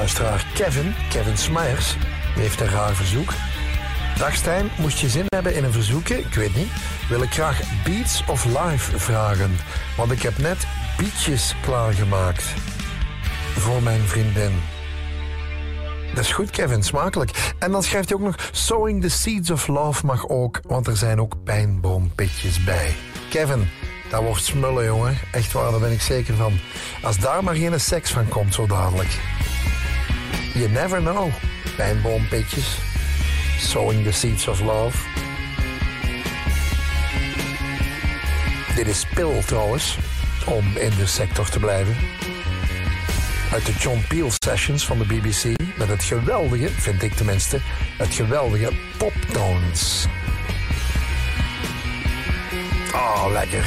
luisteraar Kevin, Kevin Smyers, die heeft een raar verzoek. Dag Stijn, moest je zin hebben in een verzoekje? Ik weet niet. Wil ik graag Beats of Live vragen. Want ik heb net beatjes klaargemaakt. Voor mijn vriendin. Dat is goed, Kevin, smakelijk. En dan schrijft hij ook nog... Sowing the seeds of love mag ook, want er zijn ook pijnboompitjes bij. Kevin, dat wordt smullen, jongen. Echt waar, daar ben ik zeker van. Als daar maar geen seks van komt zo dadelijk. You never know. Pijnboompitjes. Sowing the seeds of love. Dit is Pil trouwens, om in de sector te blijven. Uit de John Peel Sessions van de B B C. Met het geweldige, vind ik tenminste, het geweldige Poptones. Oh, lekker.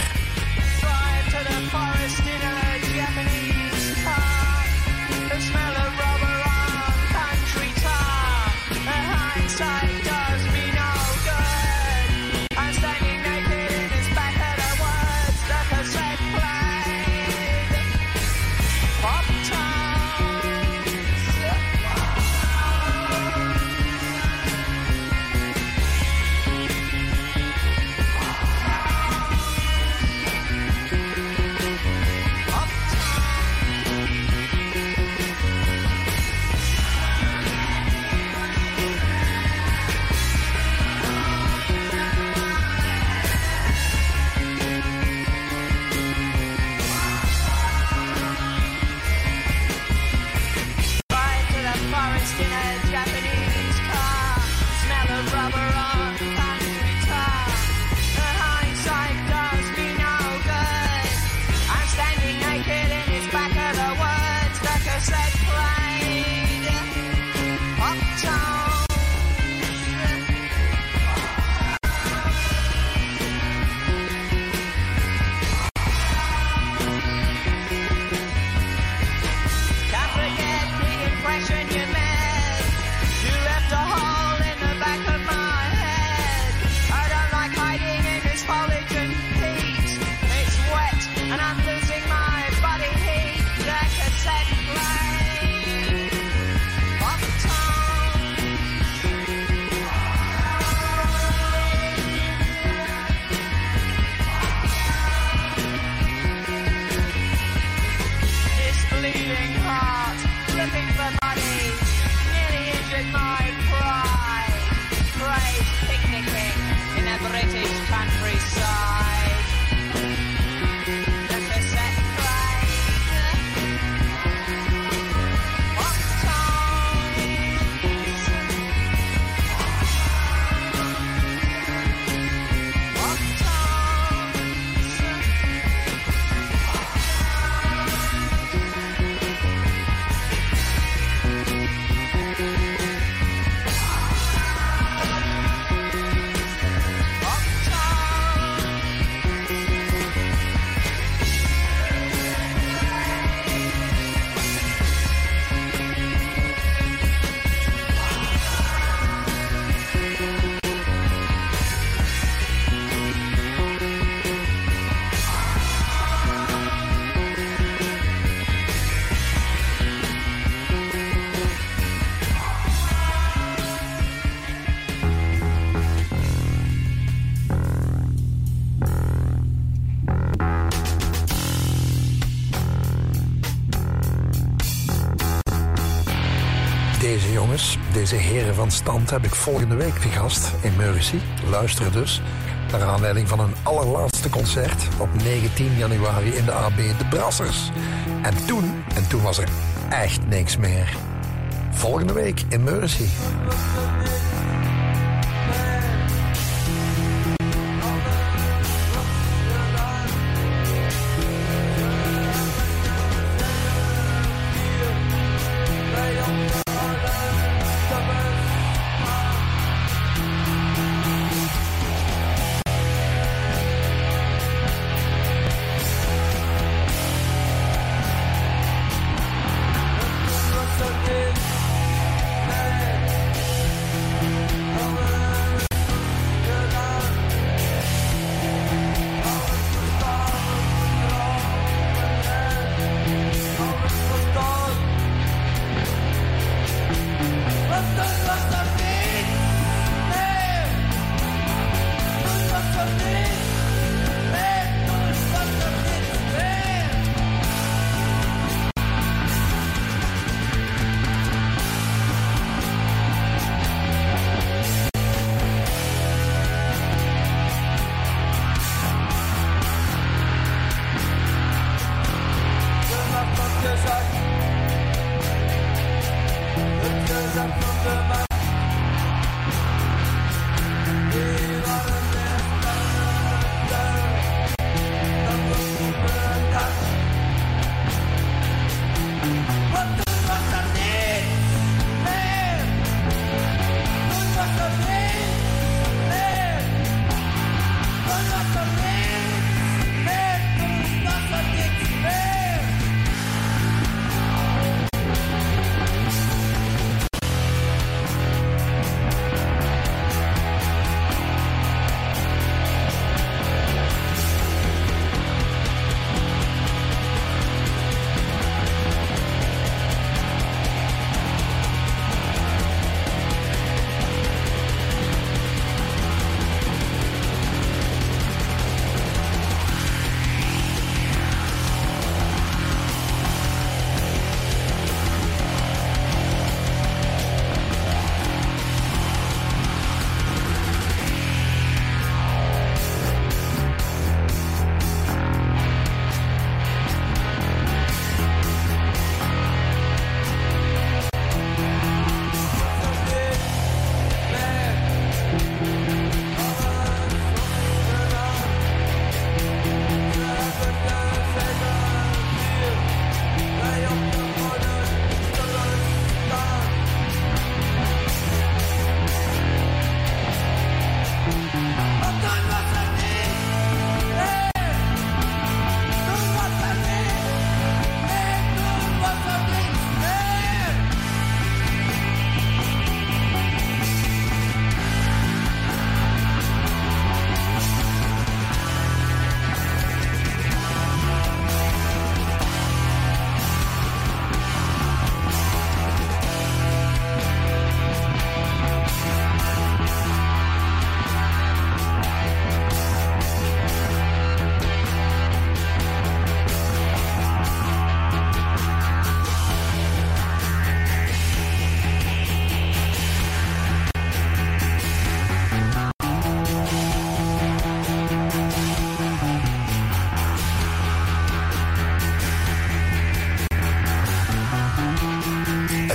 Deze jongens, deze heren van stand, heb ik volgende week te gast in Mercy. Luisteren dus naar aanleiding van hun allerlaatste concert op negentien januari in de A B De Brassers. En toen, en toen was er echt niks meer. Volgende week in Mercy.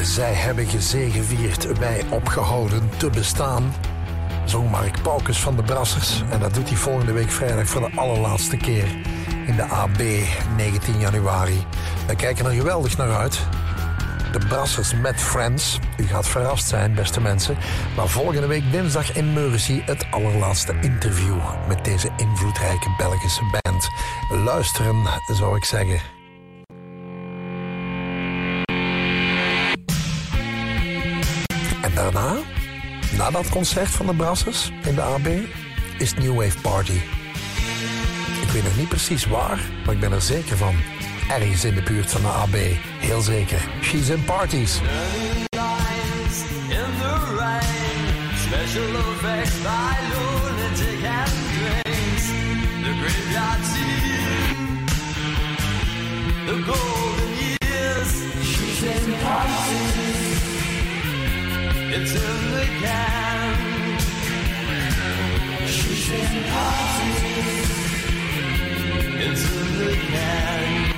Zij hebben gezegevierd, wij opgehouden te bestaan. Zong Mark Paukes van de Brassers. En dat doet hij volgende week vrijdag voor de allerlaatste keer in de A B, negentien januari. Wij kijken er geweldig naar uit. De Brassers met Friends. U gaat verrast zijn, beste mensen. Maar volgende week dinsdag in Mersey het allerlaatste interview met deze invloedrijke Belgische band. Luisteren, zou ik zeggen. En daarna, na dat concert van de Brassers in de A B, is New Wave Party. Ik weet nog niet precies waar, maar ik ben er zeker van. Ergens in de buurt van de A B. Heel zeker. She's in Parties. Special effects by lunatic and drinks. The graveyard scene. The golden years. She's in parties. It's in the can. She's in parties. It's in the can.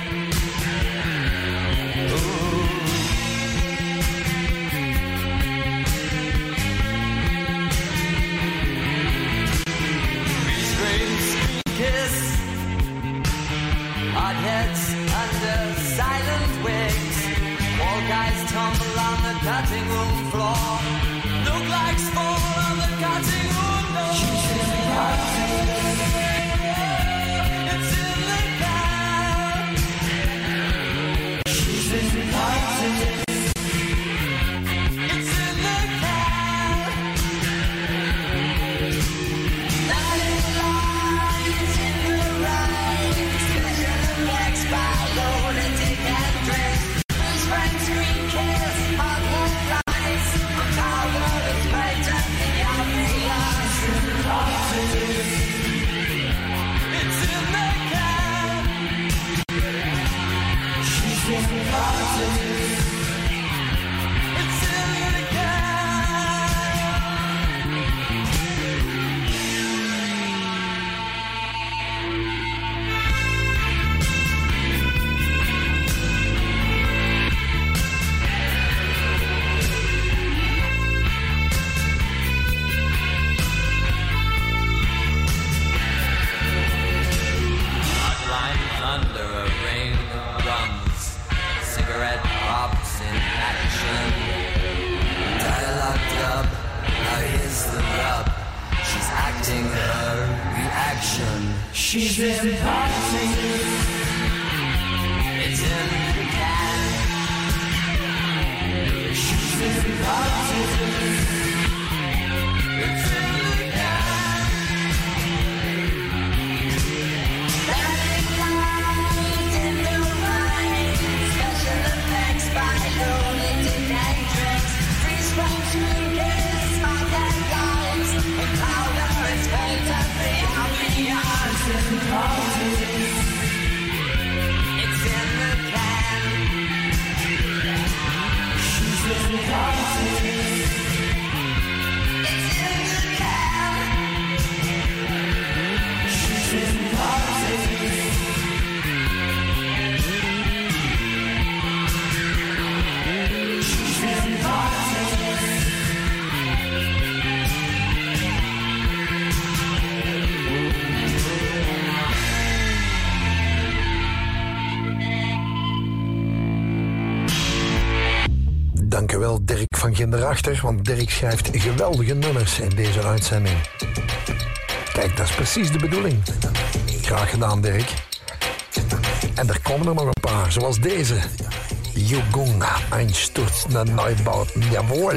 Heads under silent wigs. All guys tumble on the cutting room floor. No blacks fall on the cutting room floor. She's in the party. It's in the can. She's in the party. It's in the can. Night lights in the rain. By lunatic and dress. Whose friends scream kiss on the rise. Powder is made of the obvious. It's in the can. She's in the party. It's in the can. Under a ring of drums, cigarette pops in action. Dialogue dub, now here's the rub. She's acting her reaction. She's in party. It's in the can. She's in party. It's in the can. By lunatic and dress. Freeze frame screamers, smoke and lights. And powder is made of the obvious. It's in parties. It's in the can. She's in parties. It's in the can. She's in parties. Dankjewel Dirk van Ginderachter, want Dirk schrijft geweldige nummers in deze uitzending. Kijk, dat is precies de bedoeling. Graag gedaan, Dirk. En er komen er nog een paar, zoals deze. Jugong, einstürzende Neubauten, jawohl.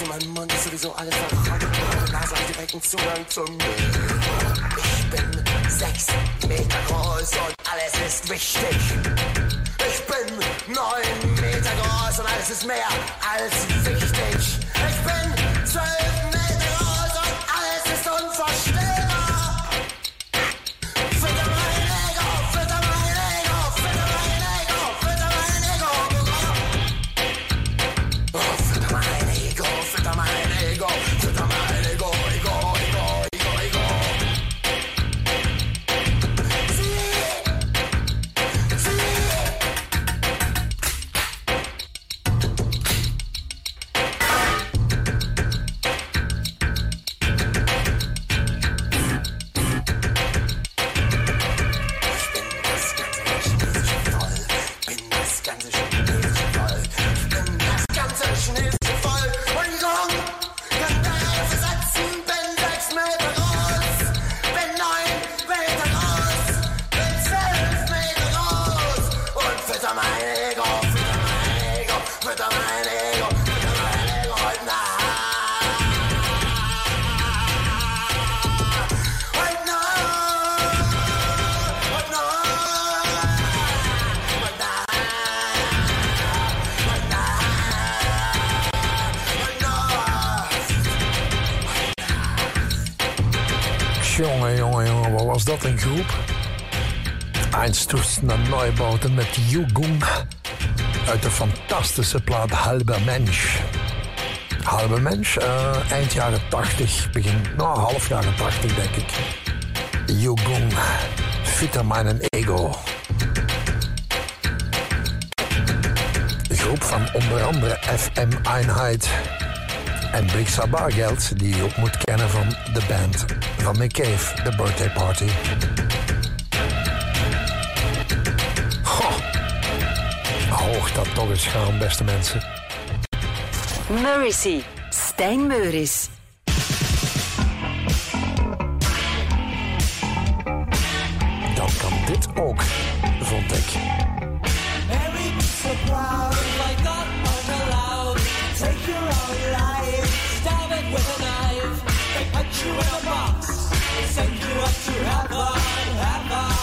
mein Mund ist sowieso alles verrottet. Meine Nase hat direkten Zugang zum Müll. Ich bin sechs Meter groß und alles ist wichtig. Ich bin neun Meter groß und alles ist mehr als wichtig. Ich bin zwölf Meter groß und alles ist unvorstellbar. Fütter mein Ego, fütter mein Ego, fütter mein Ego, fütter mein Ego. Oh, fütter mein Ego, fütter mein Ego, fütter mein Ego, Ego, Ego, Ego, Ego. Jongen, jongen, jongen, wat was dat een groep? Einstürzen naar Neubauten met Jugend uit de fantastische plaat Halber Mensch. Halber Mensch, uh, eind jaren tachtig, begin, nou half jaren tachtig denk ik. Jugend, Fütter meinen Ego. De groep van onder andere F M Einheit en Blixa Bargeld, die je ook moet kennen van de band van Nick Cave, The Birthday Party. Goh, hoog dat toch eens gaan, beste mensen. Murrissy, Stijn Meuris. Dan kan dit ook, vond ik. Take your own life, stab it with a knife. They put you in a box, they send you up to heaven, heaven.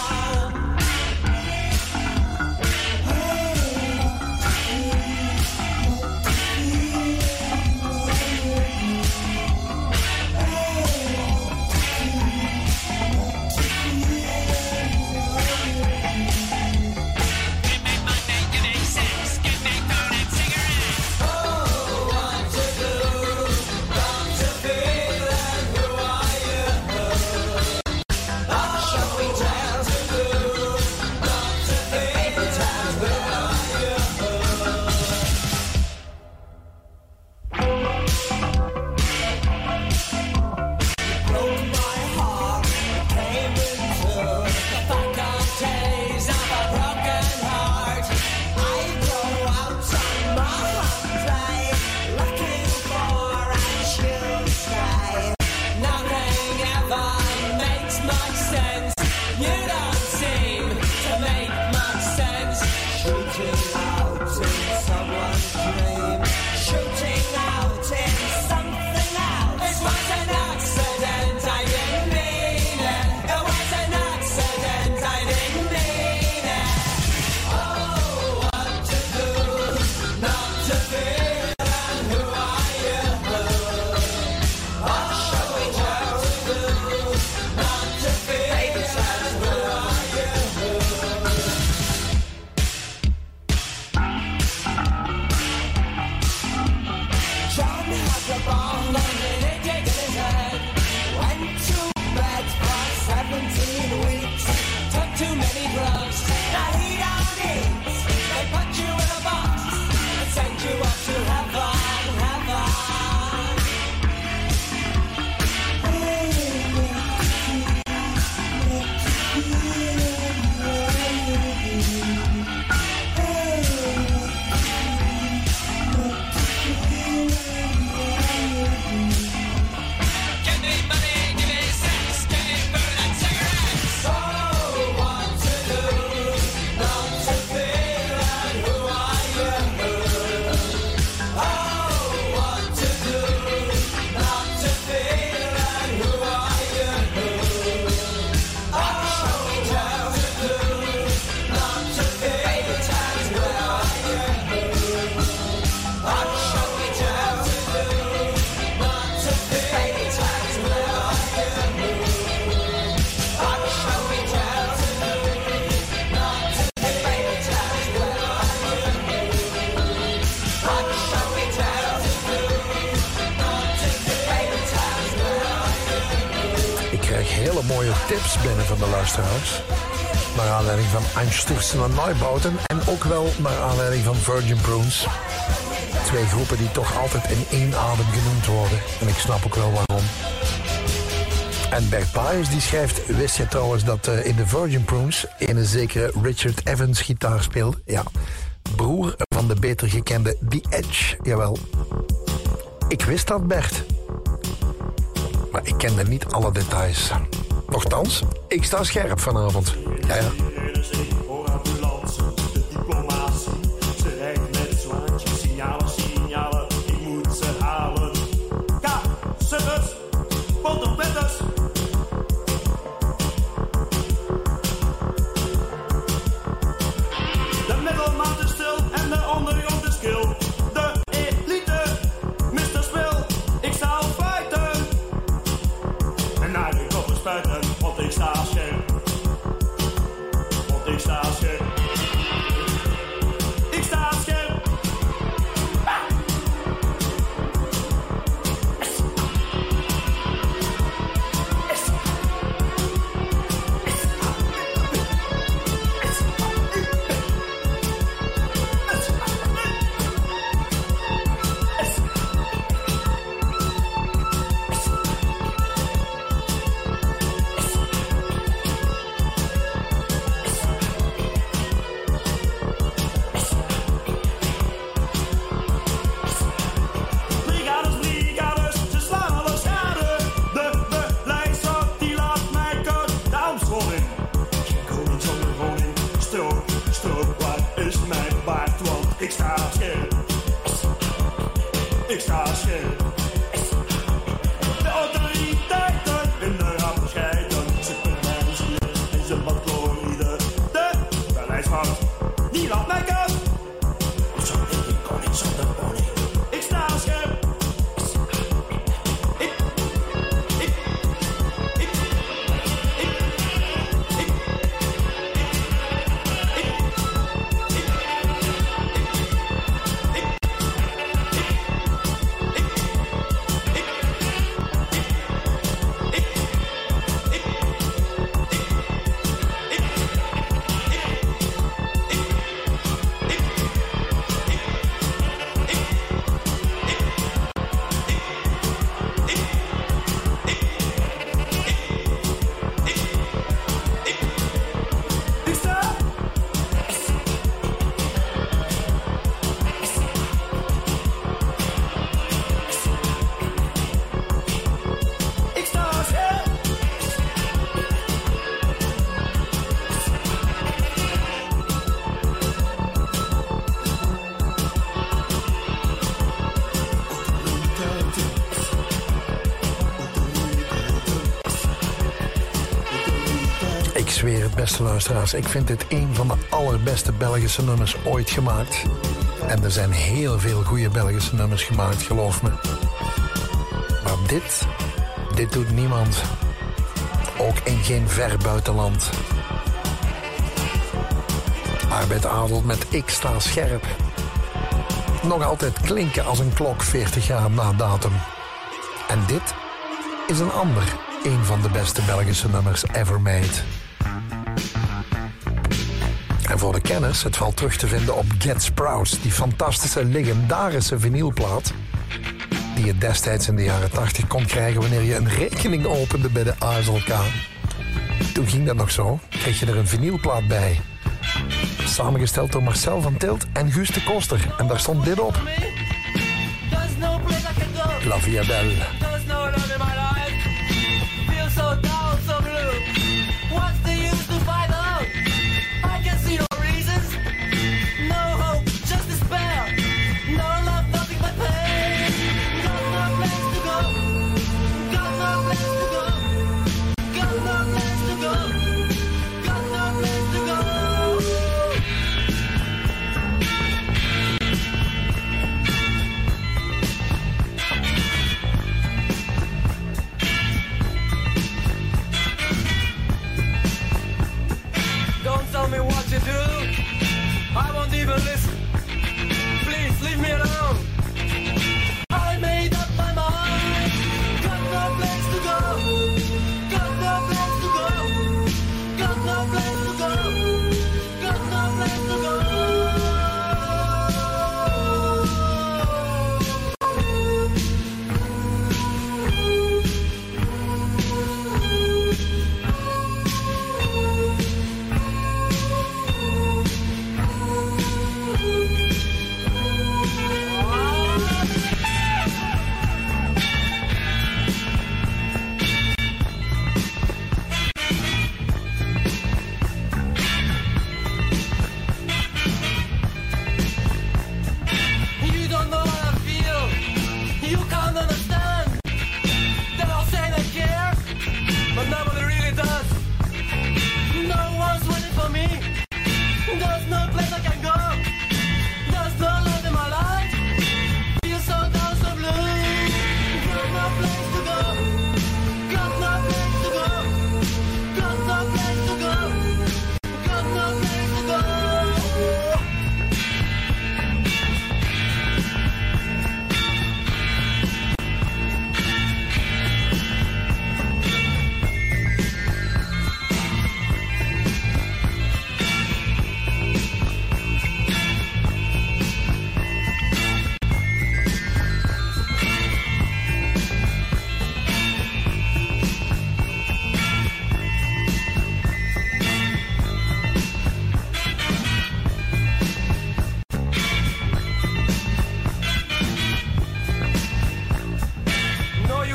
krijg hele mooie tips binnen van de luisteraars. Naar aanleiding van Einstürzende Neubauten en ook wel naar aanleiding van Virgin Prunes. Twee groepen die toch altijd in één adem genoemd worden. En ik snap ook wel waarom. En Bert Pius die schrijft, wist je trouwens dat uh, in de Virgin Prunes een zekere Richard Evans gitaar speelde? Ja, broer van de beter gekende The Edge, jawel. Ik wist dat, Bert. Maar ik kende niet alle details. Nochtans, ik sta scherp vanavond. Ja, ja. Beste luisteraars, ik vind dit een van de allerbeste Belgische nummers ooit gemaakt. En er zijn heel veel goede Belgische nummers gemaakt, geloof me. Maar dit, dit doet niemand. Ook in geen ver buitenland. Arbeid Adel met Ik sta scherp. Nog altijd klinken als een klok veertig jaar na datum. En dit is een ander, een van de beste Belgische nummers ever made. En voor de kenners, het valt terug te vinden op Get Sprouts, die fantastische, legendarische vinylplaat die je destijds in de jaren tachtig kon krijgen wanneer je een rekening opende bij de A S L K. Toen ging dat nog zo, kreeg je er een vinylplaat bij. Samengesteld door Marcel van Tilt en Guus de Koster. En daar stond dit op. La Via Belle.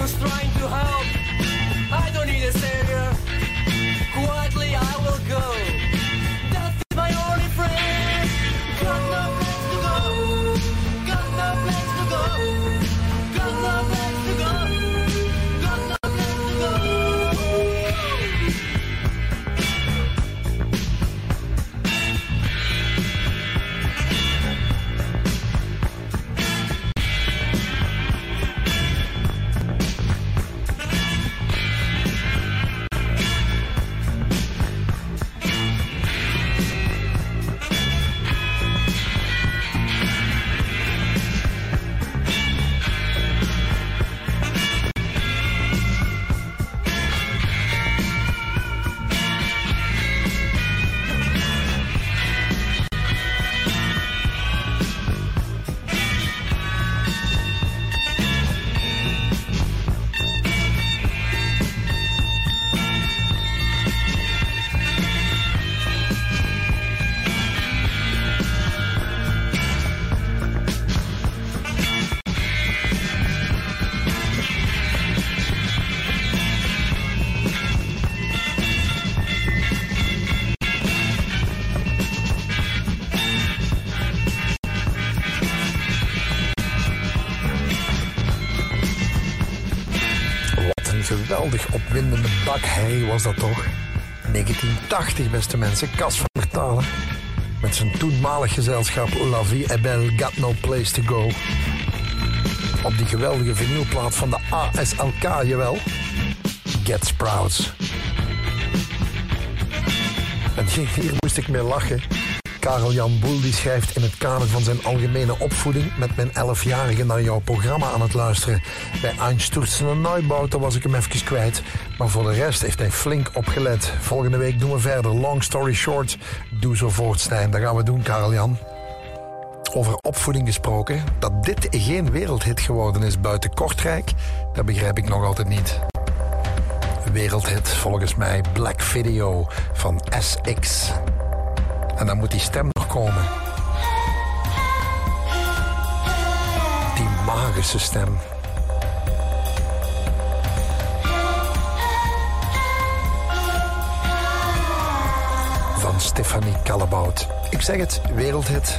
who's trying to help. I don't need a savior. Quietly I will go. Death is my only friend. Got no place to go. Got no place to go. Got no place to go. Got no place to go. Geweldig opwindende bakherrie was dat toch? negentien tachtig, beste mensen. Cas van Vertalen. Met zijn toenmalig gezelschap La Vie est Belle, Got No Place to Go. Op die geweldige vinylplaat van de A S L K, jawel. Get Sprouts. En hier moest ik mee lachen. Karel Jan Boel die schrijft in het kader van zijn algemene opvoeding met mijn elfjarige naar jouw programma aan het luisteren. Bij Einstürzen en Neubauten was ik hem even kwijt. Maar voor de rest heeft hij flink opgelet. Volgende week doen we verder. Long story short, doe zo voort, Stijn. Dat gaan we doen, Karel Jan. Over opvoeding gesproken, dat dit geen wereldhit geworden is buiten Kortrijk, dat begrijp ik nog altijd niet. Wereldhit volgens mij Black Video van S X. En dan moet die stem nog komen. Die magische stem. Van Stefanie Callebout. Ik zeg het, wereldhit.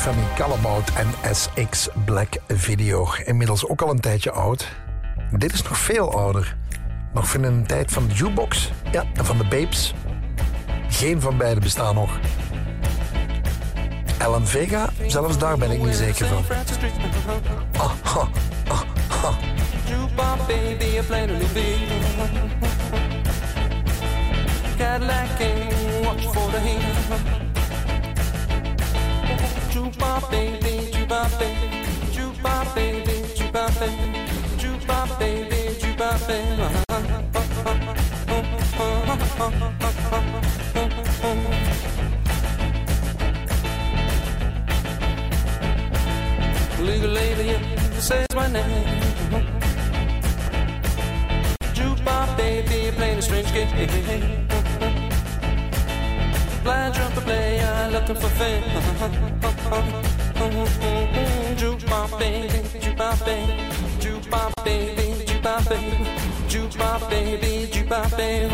Funny Calabout en S X Black Video. Inmiddels ook al een tijdje oud. Dit is nog veel ouder. Nog van een tijd van de Jukebox. Ja, en van de Babes. Geen van beiden bestaan nog. Alan Vega, zelfs daar ben ik niet zeker van. Ah, ha, ah, ha. Jukebox baby, I play the new beat. Cadillac and watch for the heat. Jukebox baby, jukebox baby, jukebox baby, jukebox baby, jukebox baby, jukebox baby. Legal lady says my name. Jukebox baby, playing a strange game. Blind trumpet player looking for fame. Jukebox baby, jukebox baby, jukebox baby, jukebox baby, jukebox baby, jukebox baby.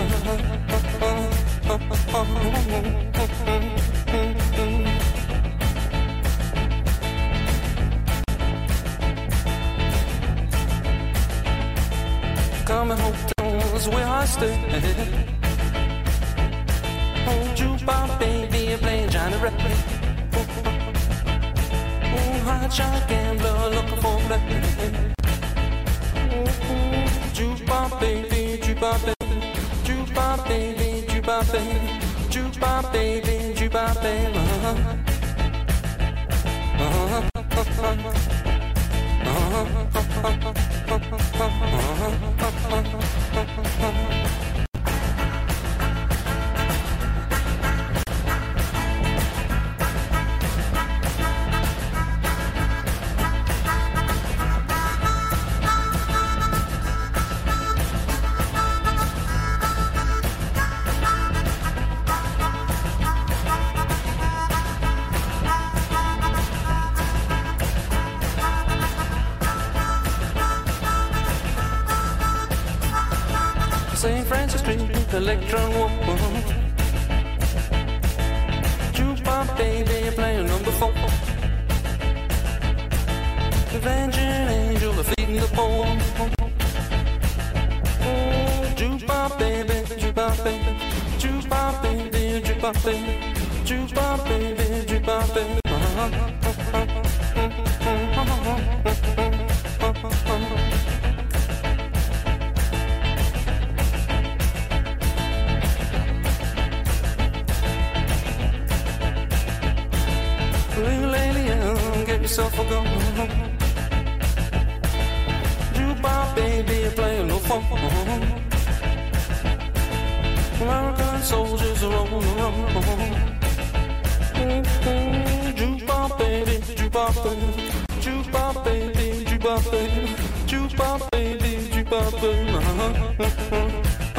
Coming home is where I stay. Oh, jukebox baby, playing Johnny Rapper. Oh, hot shot gambler looking for black. Jukebox baby, jukebox baby, jukebox baby, jukebox baby, jukebox baby, jukebox baby. Uh-huh. Uh-huh. Saint Francis Street, Electron Woman. Jukebox baby, playing number four. Avenging angel, the feeding the poor. Jukebox baby, jukebox baby, jukebox baby, jukebox baby, jukebox baby, jukebox baby. Get yourself a go. Jukebox baby, playing no phone. American soldiers are on the run. Jukebox baby, jukebox baby, jukebox baby, jukebox baby, jukebox baby, jukebox baby.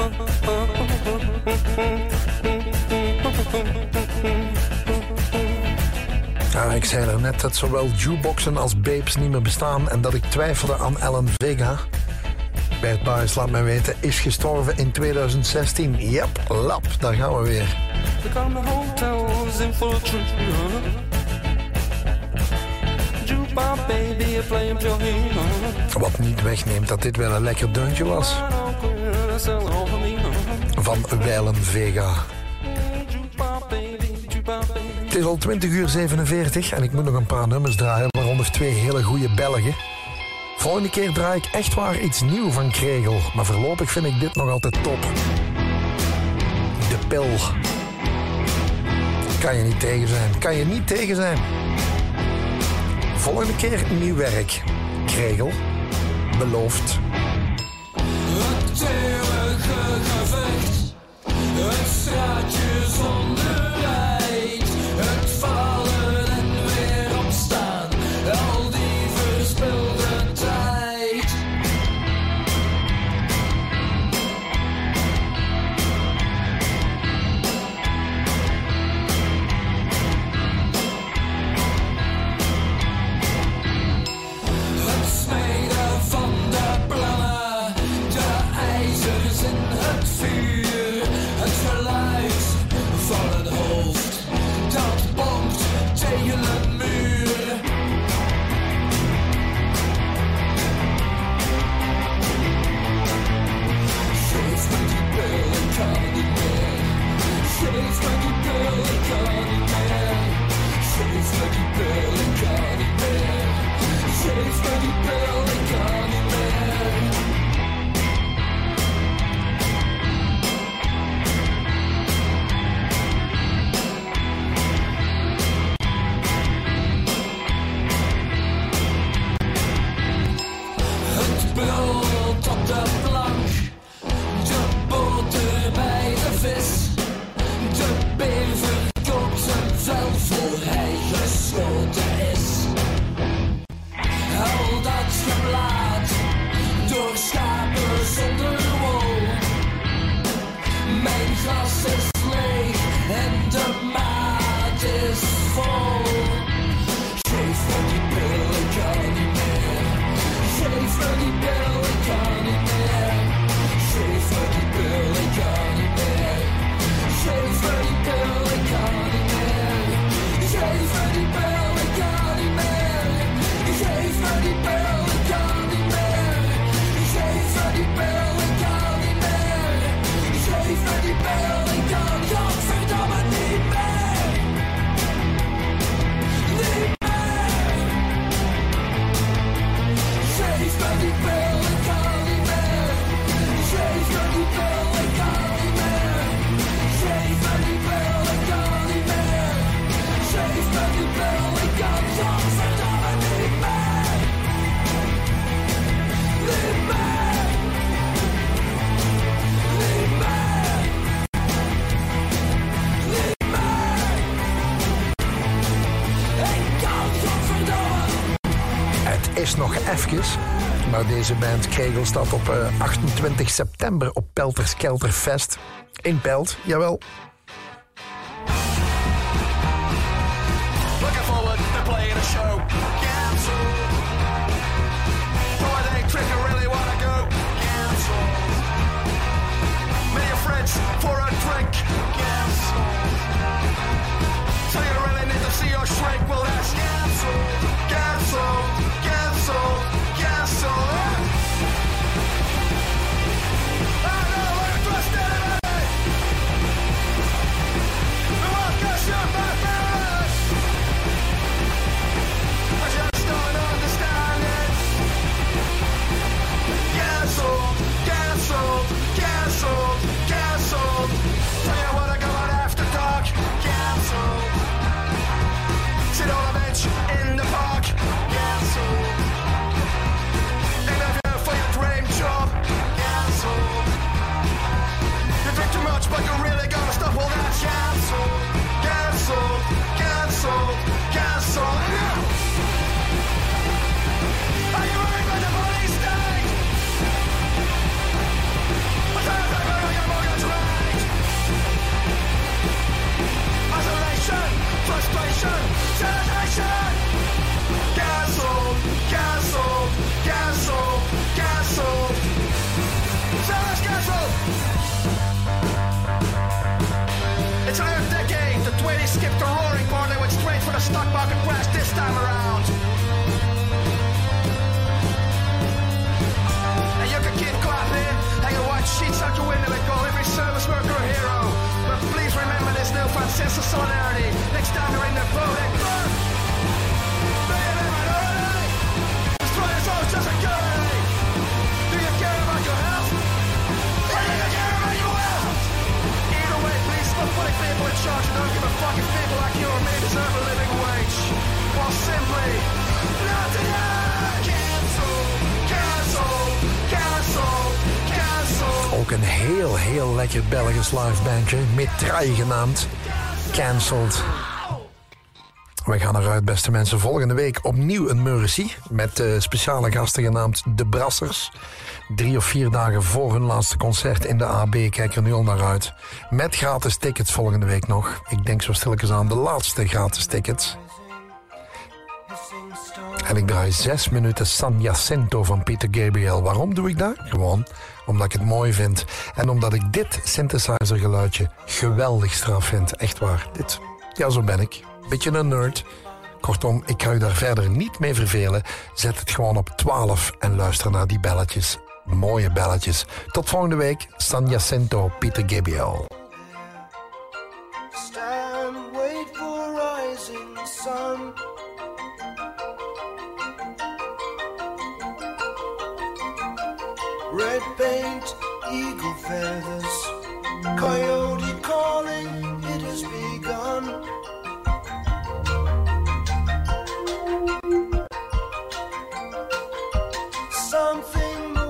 Ja, ik zei er net dat zowel jukeboxen als babes niet meer bestaan en dat ik twijfelde aan Alan Vega. Bert Baes, laat mij weten, is gestorven in twintig zestien. Yep, lap, daar gaan we weer. Wat niet wegneemt dat dit wel een lekker deuntje was. Van Alan Vega. Het is al twintig uur zevenenveertig en ik moet nog een paar nummers draaien, waaronder twee hele goede Belgen. Volgende keer draai ik echt waar iets nieuws van Kregel, maar voorlopig vind ik dit nog altijd top. De Pil. Kan je niet tegen zijn, kan je niet tegen zijn. Volgende keer nieuw werk. Kregel. Beloofd. Het eeuwige gevecht. Het straatje zonder eind. Het vallen en weer opstaan. Al die verspilde tijd. Het smeden van de plannen. De ijzers in het vuur. Het geluid van een hoofd. brood op de plank, de boter bij de vis. De bever koopt zijn vel voor hij geschoten is. Al dat geblaad door schapen zonder wol. Mijn glas is leeg en de maat is vol. Geef me die pil, ik kan niet meer. Geef me die pil, ik kan niet meer. Geef me die pil, ik kan niet meer. Geef me die pil, ik kan niet meer. Geef me die pil, ik kan niet meer. Geef me die pil, ik kan niet meer. Geef me die pil, ik kan niet meer. Geef me die pil, ik kan godverdomme niet meer. Niet meer. Geef me die pil, ik kan niet meer. Geef me die pil, ik kan niet meer. Geef me die pil, ik kan niet meer. Geef me die pil, ik kan godverdomme niet meer. Niet meer. Niet meer. Niet meer. Ik kan godverdomme. Het is nog even, maar deze band Kregel staat op uh, achtentwintig september op Pelters Kelterfest in Pelt, jawel. Looking forward to playing a show. Cancel. Boy, they trick you really wanna go. Cancel. Meet your friends for a drink. Cancel. So you really need to see your shrink. Well, that's cancel. Cancel. Cancel. Cancel. I know we're twisted in it. The world goes your back. I just don't understand it. Cancelled, cancelled, cancelled, cancelled. Tell you what I got on after dark. Cancelled. Sit on a bench in the park. Cancelled. Interview for your dream job. Cancelled. You drink too much, but you really gotta stop all that. Cancelled, cancelled, cancelled, cancelled. Are you ready for the police state? What's that paper on your mortgage rate? Isolation, frustration, sanitation. Cancelled, cancelled, cancelled, cancelled. So let's cancel. It's a new decade. The twenties skipped the roaring part. They went straight for the stock market crash this time around. And you can keep clapping, hanging white sheets out your window and call every service worker a hero. But please remember this newfound sense of solidarity. Next time you're in the voting booth, do you live in early? Destroy your soul just a security. Do you care about your health? Or do you care about your wealth? Either way, please stop putting people in charge and don't give a fuck if people like you or me deserve a living wage. Well, simply, not today! Cancel, cancel, cancel, cancel. Ook een heel, heel lekker Belgisch live bandje, Mitraille genaamd, Cancelled. We gaan eruit, beste mensen. Volgende week opnieuw een Mercy met uh, speciale gasten genaamd De Brassers. Drie of vier dagen voor hun laatste concert in de A B. Kijk er nu al naar uit. Met gratis tickets volgende week nog. Ik denk zo stilletjes aan de laatste gratis tickets. En ik draai zes minuten San Jacinto van Peter Gabriel. Waarom doe ik dat? Gewoon omdat ik het mooi vind. En omdat ik dit synthesizer geluidje geweldig straf vind. Echt waar. Dit, ja, zo ben ik. Beetje een nerd. Kortom, ik ga u daar verder niet mee vervelen. Zet het gewoon op twaalf en luister naar die belletjes. Mooie belletjes. Tot volgende week. San Jacinto, Peter Gabriel. Stand, wait for rising sun. Red paint, eagle feathers, coyote calling, it has begun. Something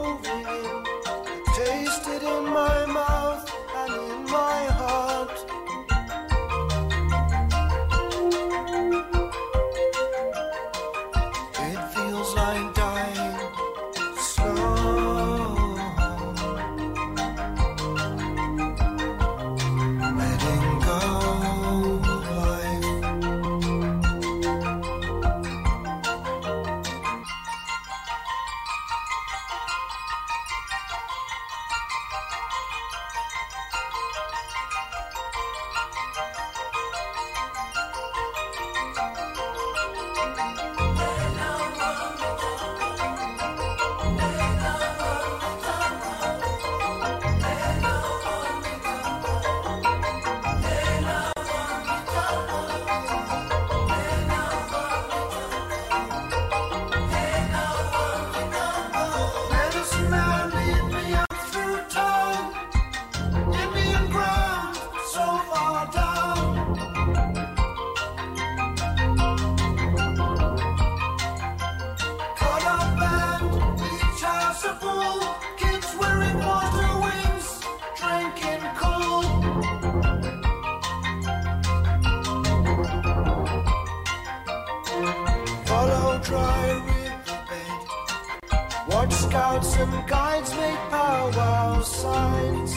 Watch scouts and guides make powwow signs.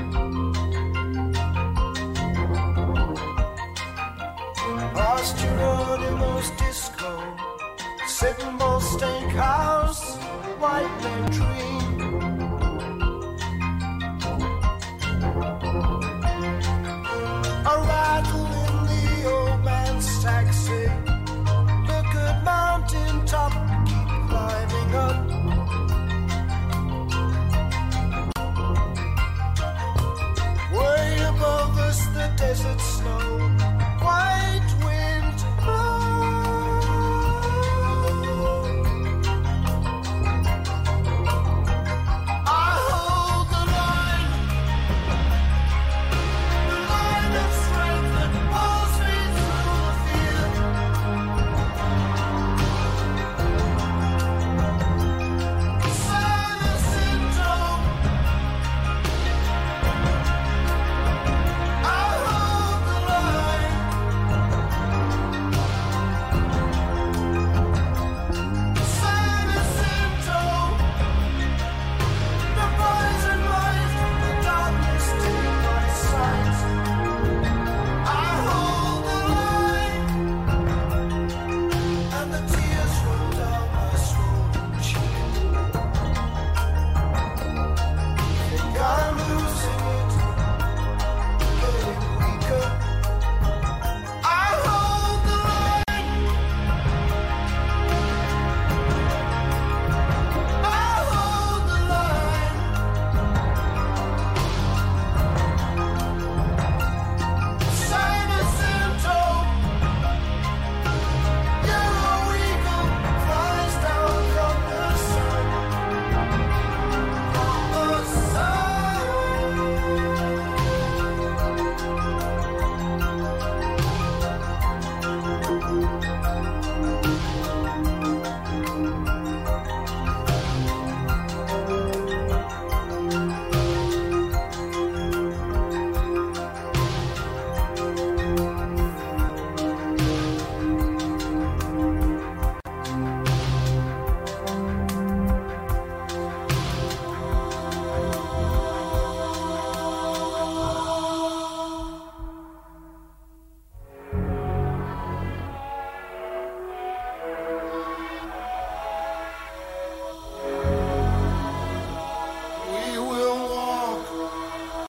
Past Geronimo's disco, sitting bull steakhouse, white men